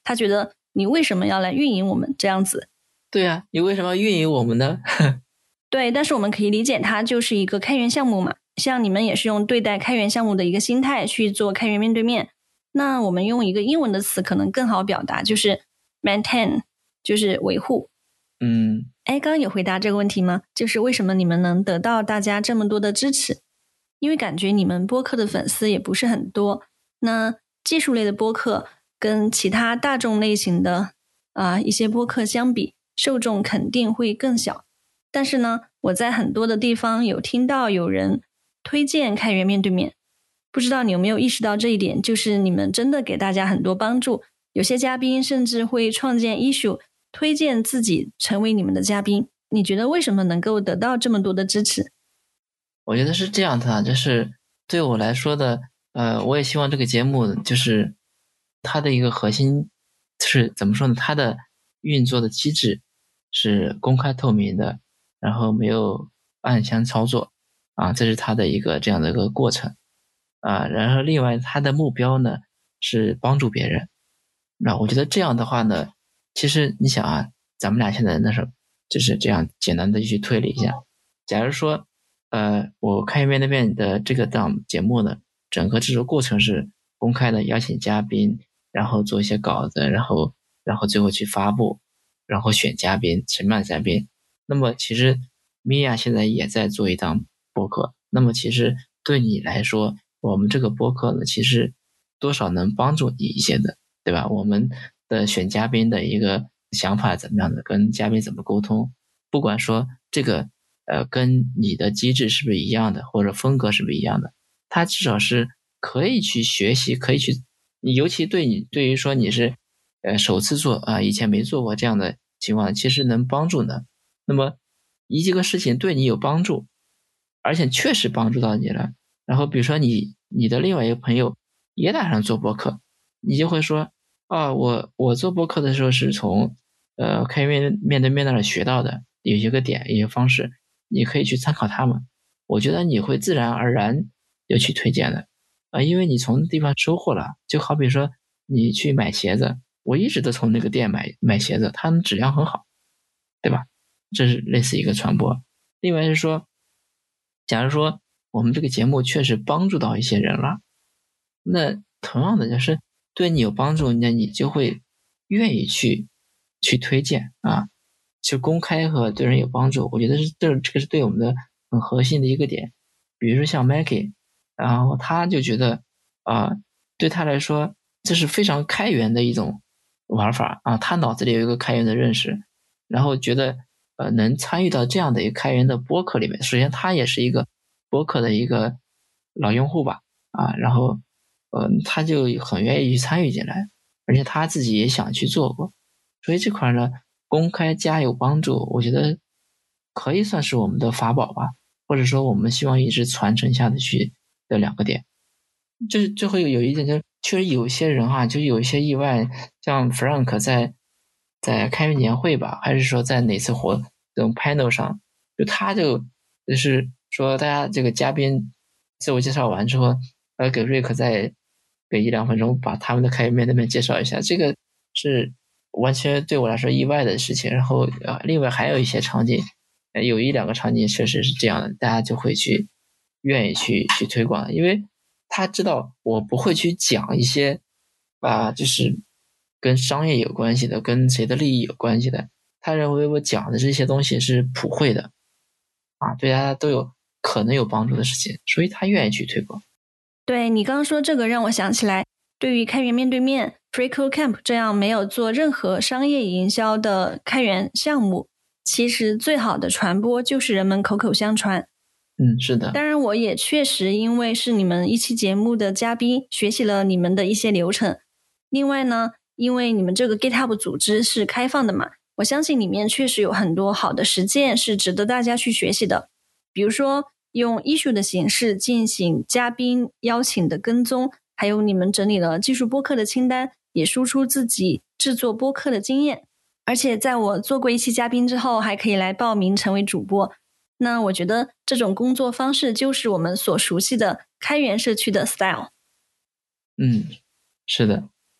他觉得你为什么要来运营我们这样子。 对啊，你为什么要运营我们呢？ 对，但是我们可以理解它就是一个开源项目嘛，像你们也是用对待开源项目的一个心态去做开源面对面，那我们用一个英文的词可能更好表达，就是 maintain， 就是维护。 嗯， 哎，刚刚有回答这个问题吗？就是为什么你们能得到大家这么多的支持？因为感觉你们播客的粉丝也不是很多，那技术类的播客跟其他大众类型的啊、呃、一些播客相比，受众肯定会更小。但是呢，我在很多的地方有听到有人推荐开源面对面，不知道你有没有意识到这一点，就是你们真的给大家很多帮助，有些嘉宾甚至会创建 issue 推荐自己成为你们的嘉宾。你觉得为什么能够得到这么多的支持？ 我觉得是这样的，就是对我来说的，呃，我也希望这个节目就是它的一个核心是怎么说呢？它的运作的机制是公开透明的，然后没有暗箱操作啊，这是它的一个这样的一个过程啊。然后另外它的目标呢是帮助别人。那我觉得这样的话呢，其实你想啊，咱们俩现在那时候就是这样简单的去推理一下，假如说呃，我开源面对面的这个档节目呢，整个制作过程是公开的，邀请嘉宾，然后做一些稿子，然后然后最后去发布，然后选嘉宾，审判嘉宾。那么其实米娅现在也在做一档播客，那么其实对你来说，我们这个播客呢，其实多少能帮助你一些的，对吧？我们的选嘉宾的一个想法怎么样的，跟嘉宾怎么沟通，不管说这个呃，跟你的机制是不是一样的，或者风格是不是一样的，它至少是可以去学习，可以去，你尤其对你对于说你是呃首次做啊、呃，以前没做过这样的情况，其实能帮助的。那么一这个事情对你有帮助，而且确实帮助到你了。然后比如说你你的另外一个朋友也打算做播客，你就会说啊，我我做播客的时候是从呃开源面对面那儿学到的，有一个点，一些方式。你可以去参考他们，我觉得你会自然而然就去推荐的啊，因为你从地方收获了。就好比说你去买鞋子，我一直都从那个店买买鞋子，他们质量很好，对吧？这是类似一个传播。另外是说，假如说我们这个节目确实帮助到一些人了，那同样的就是对你有帮助，那你就会愿意去去推荐啊。其实公开和对人有帮助，我觉得是这这个是对我们的很核心的一个点。比如说像 Maggie， 然后他就觉得啊、呃，对他来说这是非常开源的一种玩法啊，他脑子里有一个开源的认识，然后觉得呃能参与到这样的一个开源的播客里面，首先他也是一个播客的一个老用户吧啊，然后呃他就很愿意去参与进来，而且他自己也想去做过，所以这块呢。公开加有帮助，我觉得可以算是我们的法宝吧，或者说我们希望一直传承下去的两个点。就是最后有一点，就是确实有些人啊，就有一些意外，像 Frank 在在开源年会吧，还是说在哪次活这种 panel 上，就他就就是说大家这个嘉宾自我介绍完之后，呃，给瑞克再给一两分钟把他们的开源面对面介绍一下，这个是。完全对我来说意外的事情，然后呃，另外还有一些场景，呃，有一两个场景确实是这样的，大家就会去愿意去去推广，因为他知道我不会去讲一些啊，就是跟商业有关系的，跟谁的利益有关系的，他认为我讲的这些东西是普惠的，啊，对大家都有可能有帮助的事情，所以他愿意去推广。 对，你刚刚说这个让我想起来，对于开源面对面FreeCodeCamp 这样没有做任何商业营销的开源项目，其实最好的传播就是人们口口相传。 嗯，是的。 当然我也确实因为是你们一期节目的嘉宾，学习了你们的一些流程。另外呢，因为你们这个 GitHub 组织是开放的嘛，我相信里面确实有很多好的实践是值得大家去学习的。比如说用 issue 的形式进行嘉宾邀请的跟踪，还有你们整理了技术播客的清单，也输出自己制作播客的经验。而且在我做过一期嘉宾之后，还可以来报名成为主播。那我觉得这种工作方式就是我们所熟悉的开源社区的 style。 嗯，是的。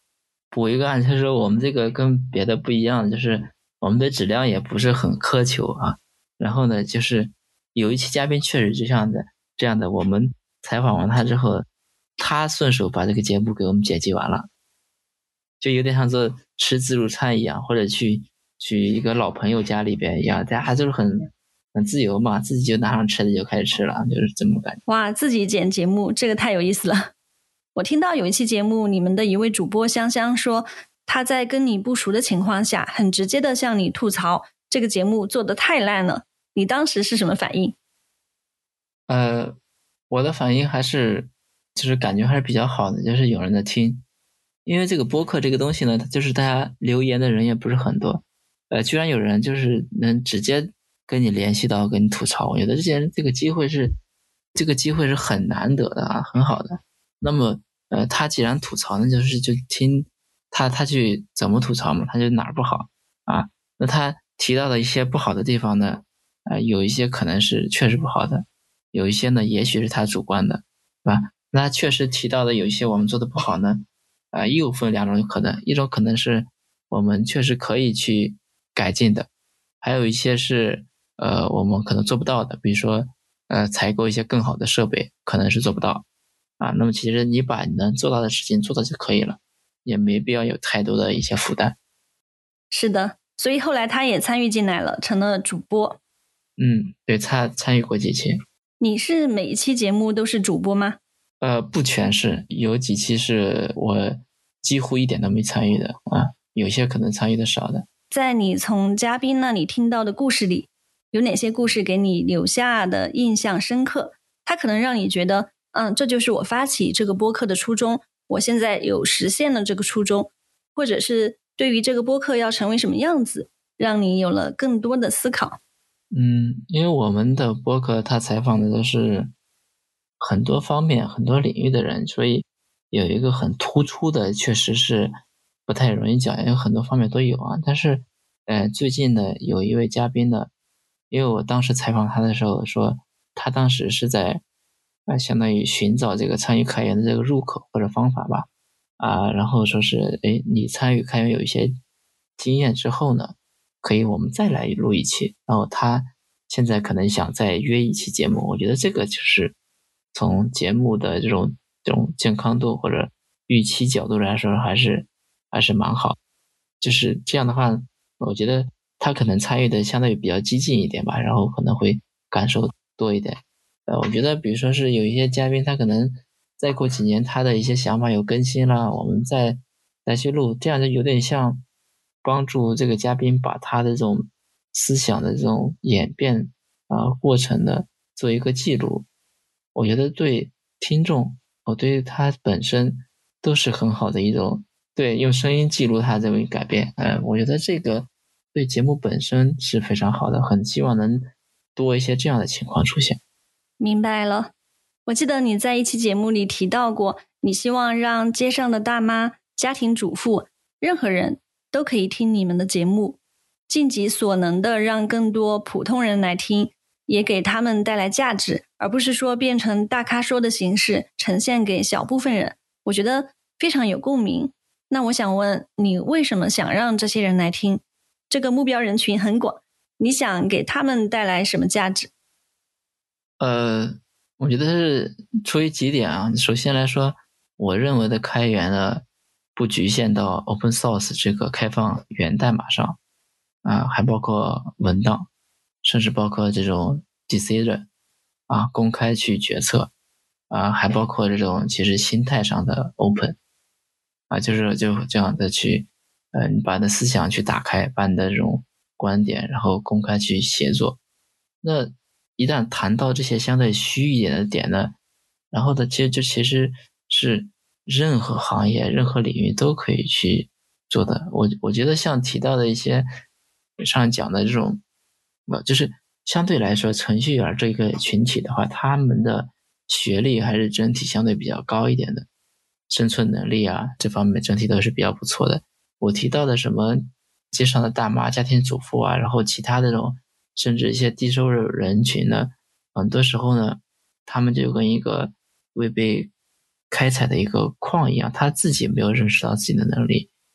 补一个案，就是说我们这个跟别的不一样，就是我们的质量也不是很苛求啊。然后呢，就是有一期嘉宾确实就像的这样的，我们采访完他之后，他顺手把这个节目给我们剪辑完了，就有点像做吃自助餐一样，或者去去一个老朋友家里边一样，大家就是很很自由嘛，自己就拿上吃的就开始吃了，就是这么感觉。 哇，自己剪节目，这个太有意思了。我听到有一期节目，你们的一位主播香香说，他在跟你不熟的情况下，很直接的向你吐槽这个节目做得太烂了，你当时是什么反应？ 呃，我的反应还是就是感觉还是比较好的，就是有人在听。因为这个播客这个东西呢，就是大家留言的人也不是很多，呃，居然有人就是能直接跟你联系到，跟你吐槽，我觉得这件这个机会是这个机会是很难得的啊，很好的。那么呃，他既然吐槽，那就是就听他他去怎么吐槽嘛，他就哪儿不好啊。那他提到的一些不好的地方呢，呃，有一些可能是确实不好的，有一些呢也许是他主观的，对吧？那他确实提到的有一些我们做的不好呢，啊、呃，又分两种可能，一种可能是我们确实可以去改进的，还有一些是呃我们可能做不到的，比如说呃采购一些更好的设备，可能是做不到啊。那么其实你把你能做到的事情做到就可以了，也没必要有太多的一些负担。 是的，所以后来他也参与进来了，成了主播。 嗯，对，他参与过几期。 你是每一期节目都是主播吗？ 呃，不全是，有几期是我几乎一点都没参与的啊，有些可能参与的少的。 在你从嘉宾那里听到的故事里，有哪些故事给你留下的印象深刻？它可能让你觉得，嗯，这就是我发起这个播客的初衷，我现在有实现了这个初衷，或者是对于这个播客要成为什么样子，让你有了更多的思考。 嗯，因为我们的播客它采访的都是很多方面、很多领域的人，所以有一个很突出的，确实是不太容易讲，因为很多方面都有啊。但是，呃，最近呢，有一位嘉宾呢，因为我当时采访他的时候说，他当时是在呃，相当于寻找这个参与开源的这个入口或者方法吧，啊，然后说是，哎，你参与开源有一些经验之后呢，可以我们再来录一期，然后他现在可能想再约一期节目，我觉得这个就是从节目的这种这种健康度或者预期角度来说，还是还是蛮好。就是这样的话，我觉得他可能参与的相对比较激进一点吧，然后可能会感受多一点。呃，我觉得比如说是有一些嘉宾，他可能再过几年他的一些想法有更新了，我们再再去录，这样就有点像帮助这个嘉宾把他的这种思想的这种演变啊、呃、过程的做一个记录。我觉得对听众，我对他本身都是很好的一种，对，用声音记录他这种改变。呃，我觉得这个对节目本身是非常好的，很希望能多一些这样的情况出现。 明白了。我记得你在一期节目里提到过，你希望让街上的大妈、家庭主妇，任何人都可以听你们的节目，尽己所能的让更多普通人来听，也给他们带来价值，而不是说变成大咖说的形式呈现给小部分人。我觉得非常有共鸣。那我想问你，为什么想让这些人来听？这个目标人群很广，你想给他们带来什么价值？ 呃，我觉得是出于几点啊。首先来说，我认为的开源呢，不局限到 open source 这个开放源代码上啊，还包括文档，甚至包括这种 decision 啊，公开去决策啊，还包括这种其实心态上的 open 啊，就是就这样的去，呃，你把你的思想去打开，把你的这种观点，然后公开去协作。那一旦谈到这些相对虚一点的点呢，然后呢，其实这其实是任何行业、任何领域都可以去做的。我我觉得像提到的一些上讲的这种，呃，就是相对来说，程序员这个群体的话，他们的学历还是整体相对比较高一点的，生存能力啊这方面整体都是比较不错的。我提到的什么街上的大妈、家庭主妇啊，然后其他的这种。甚至一些低收入人群呢，很多时候呢，他们就跟一个未被开采的一个矿一样，他自己没有认识到自己的能力，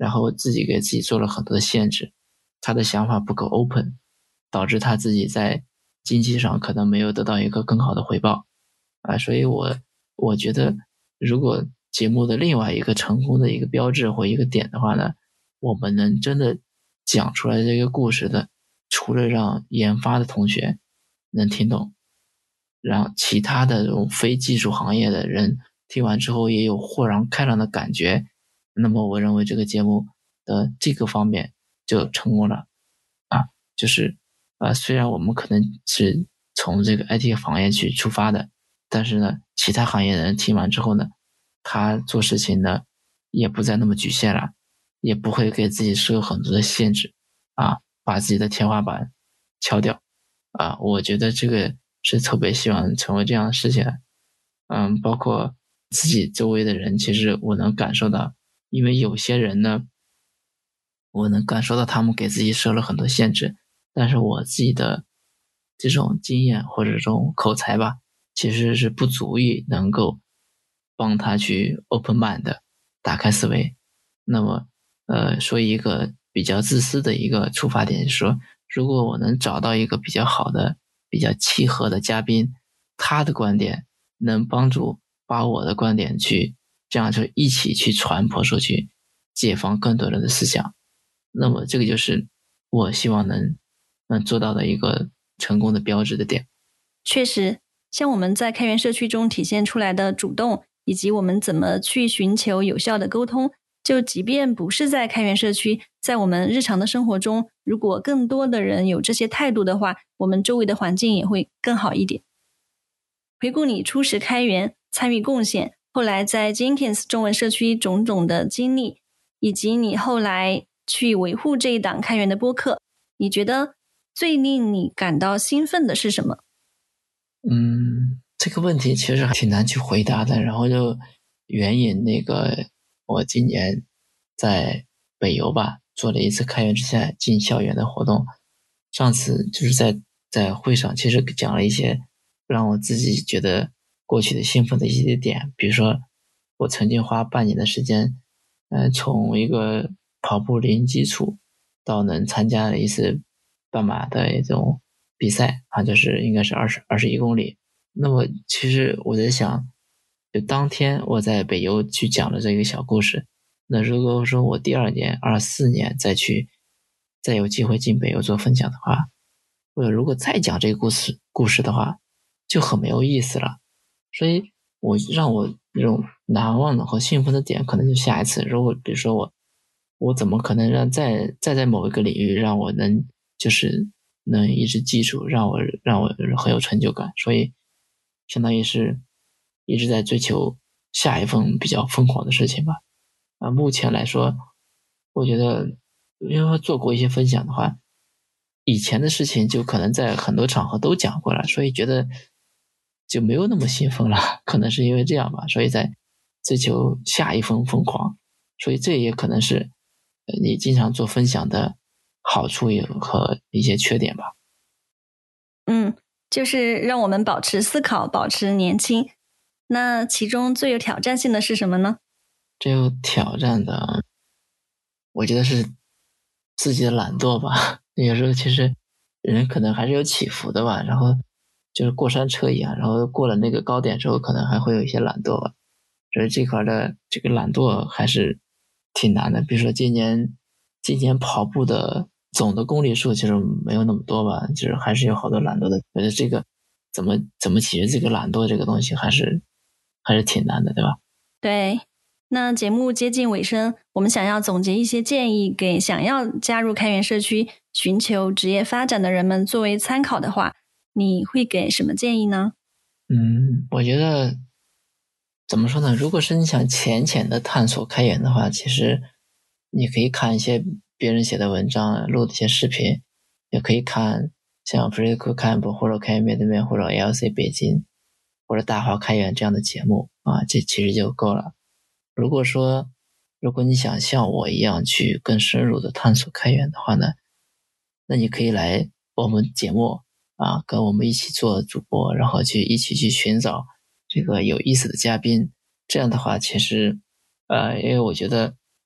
然后自己给自己做了很多的限制，他的想法不够 open， 导致他自己在经济上可能没有得到一个更好的回报啊。所以我我觉得如果节目的另外一个成功的一个标志或一个点的话呢，我们能真的讲出来这个故事的，除了让研发的同学能听懂，让其他的这种非技术行业的人听完之后也有豁然开朗的感觉，那么我认为这个节目的这个方面就成功了啊。就是呃，虽然我们可能是从这个 I T 行业去出发的，但是呢，其他行业的人听完之后呢，他做事情呢也不再那么局限了，也不会给自己设很多的限制啊，把自己的天花板敲掉啊。我觉得这个是特别希望成为这样的事情的。嗯，包括自己周围的人，其实我能感受到，因为有些人呢，我能感受到他们给自己设了很多限制，但是我自己的这种经验或者这种口才吧，其实是不足以能够帮他去 open mind 的，打开思维。那么呃，说一个比较自私的一个出发点是说，如果我能找到一个比较好的比较契合的嘉宾，他的观点能帮助把我的观点去这样就一起去传播出去，解放更多人的思想，那么这个就是我希望能能做到的一个成功的标志的点。 确实，像我们在开源社区中体现出来的主动，以及我们怎么去寻求有效的沟通，就即便不是在开源社区，在我们日常的生活中，如果更多的人有这些态度的话，我们周围的环境也会更好一点。回顾你初时开源、参与贡献，后来在 Jenkins 中文社区种种的经历，以及你后来去维护这一档开源的播客，你觉得最令你感到兴奋的是什么？ 嗯，这个问题其实还挺难去回答的。然后就援引那个我今年在北邮吧做了一次开源之下进校园的活动，上次就是在在会上其实讲了一些让我自己觉得过去的兴奋的一些点，比如说我曾经花半年的时间，呃，从一个跑步零基础到能参加了一次半马的一种比赛啊，就是应该是二十二十一公里。那么其实我在想，就当天我在北邮去讲了这个小故事，那如果说我第二年二四年再去再有机会进北邮做分享的话，我如果再讲这个故事故事的话，就很没有意思了。所以我让我那种难忘的和兴奋的点，可能就下一次。如果比如说我我怎么可能让再再在某一个领域让我能就是能一直记住，让我让我很有成就感。所以相当于是一直在追求下一份比较疯狂的事情吧。啊，目前来说，我觉得因为做过一些分享的话，以前的事情就可能在很多场合都讲过了，所以觉得就没有那么兴奋了，可能是因为这样吧，所以在追求下一份疯狂，所以这也可能是你经常做分享的好处也和一些缺点吧。 嗯，就是让我们保持思考，保持年轻。那其中最有挑战性的是什么呢？ 最有挑战的，我觉得是自己的懒惰吧。有时候其实人可能还是有起伏的吧，然后就是过山车一样，然后过了那个高点之后，可能还会有一些懒惰吧。所以这块的这个懒惰还是挺难的。比如说今年今年跑步的总的公里数其实没有那么多吧，就是还是有好多懒惰的。觉得这个怎么怎么解决这个懒惰这个东西，还是还是挺难的，对吧？ 对。那节目接近尾声，我们想要总结一些建议给想要加入开源社区、寻求职业发展的人们作为参考的话，你会给什么建议呢？ 嗯，我觉得怎么说呢？如果是你想浅浅的探索开源的话，其实你可以看一些别人写的文章，录的一些视频，也可以看像 FreeCodeCamp 或者开源面对面或者 L C 北京或者大话开源这样的节目啊，这其实就够了。如果说如果你想像我一样去更深入的探索开源的话呢，那你可以来我们节目啊，跟我们一起做主播，然后去一起去寻找这个有意思的嘉宾。这样的话，其实呃，因为我觉得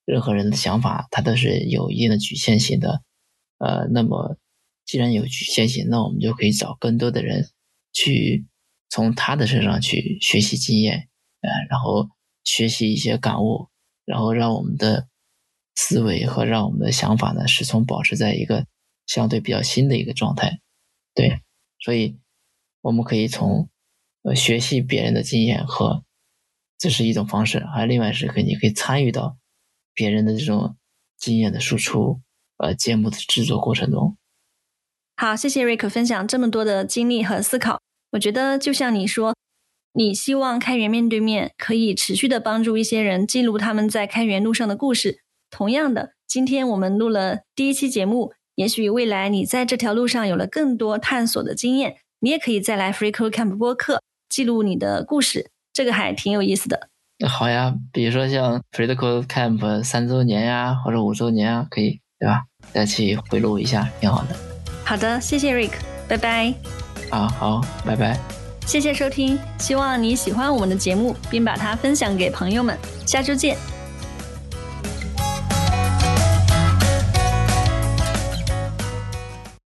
任何人的想法它都是有一定的局限性的，呃，那么既然有局限性，那我们就可以找更多的人去从他的身上去学习经验，呃，然后学习一些感悟，然后让我们的思维和让我们的想法呢始终保持在一个相对比较新的一个状态。对，所以我们可以从呃学习别人的经验，和这是一种方式，还有另外是可以你可以参与到别人的这种经验的输出，呃节目的制作过程中。 好，谢谢 Rick 分享这么多的经历和思考。我觉得就像你说，你希望开源面对面可以持续的帮助一些人记录他们在开源路上的故事。同样的，今天我们录了第一期节目，也许未来你在这条路上有了更多探索的经验，你也可以再来 FreeCodeCamp 播客记录你的故事，这个还挺有意思的。 好呀，比如说像 FreeCodeCamp 三周年呀，或者五周年啊，可以，对吧？再去回录一下，挺好的。 好的，谢谢 Rick， 拜拜。 啊，好，拜拜。 谢谢收听，希望你喜欢我们的节目，并把它分享给朋友们。下周见。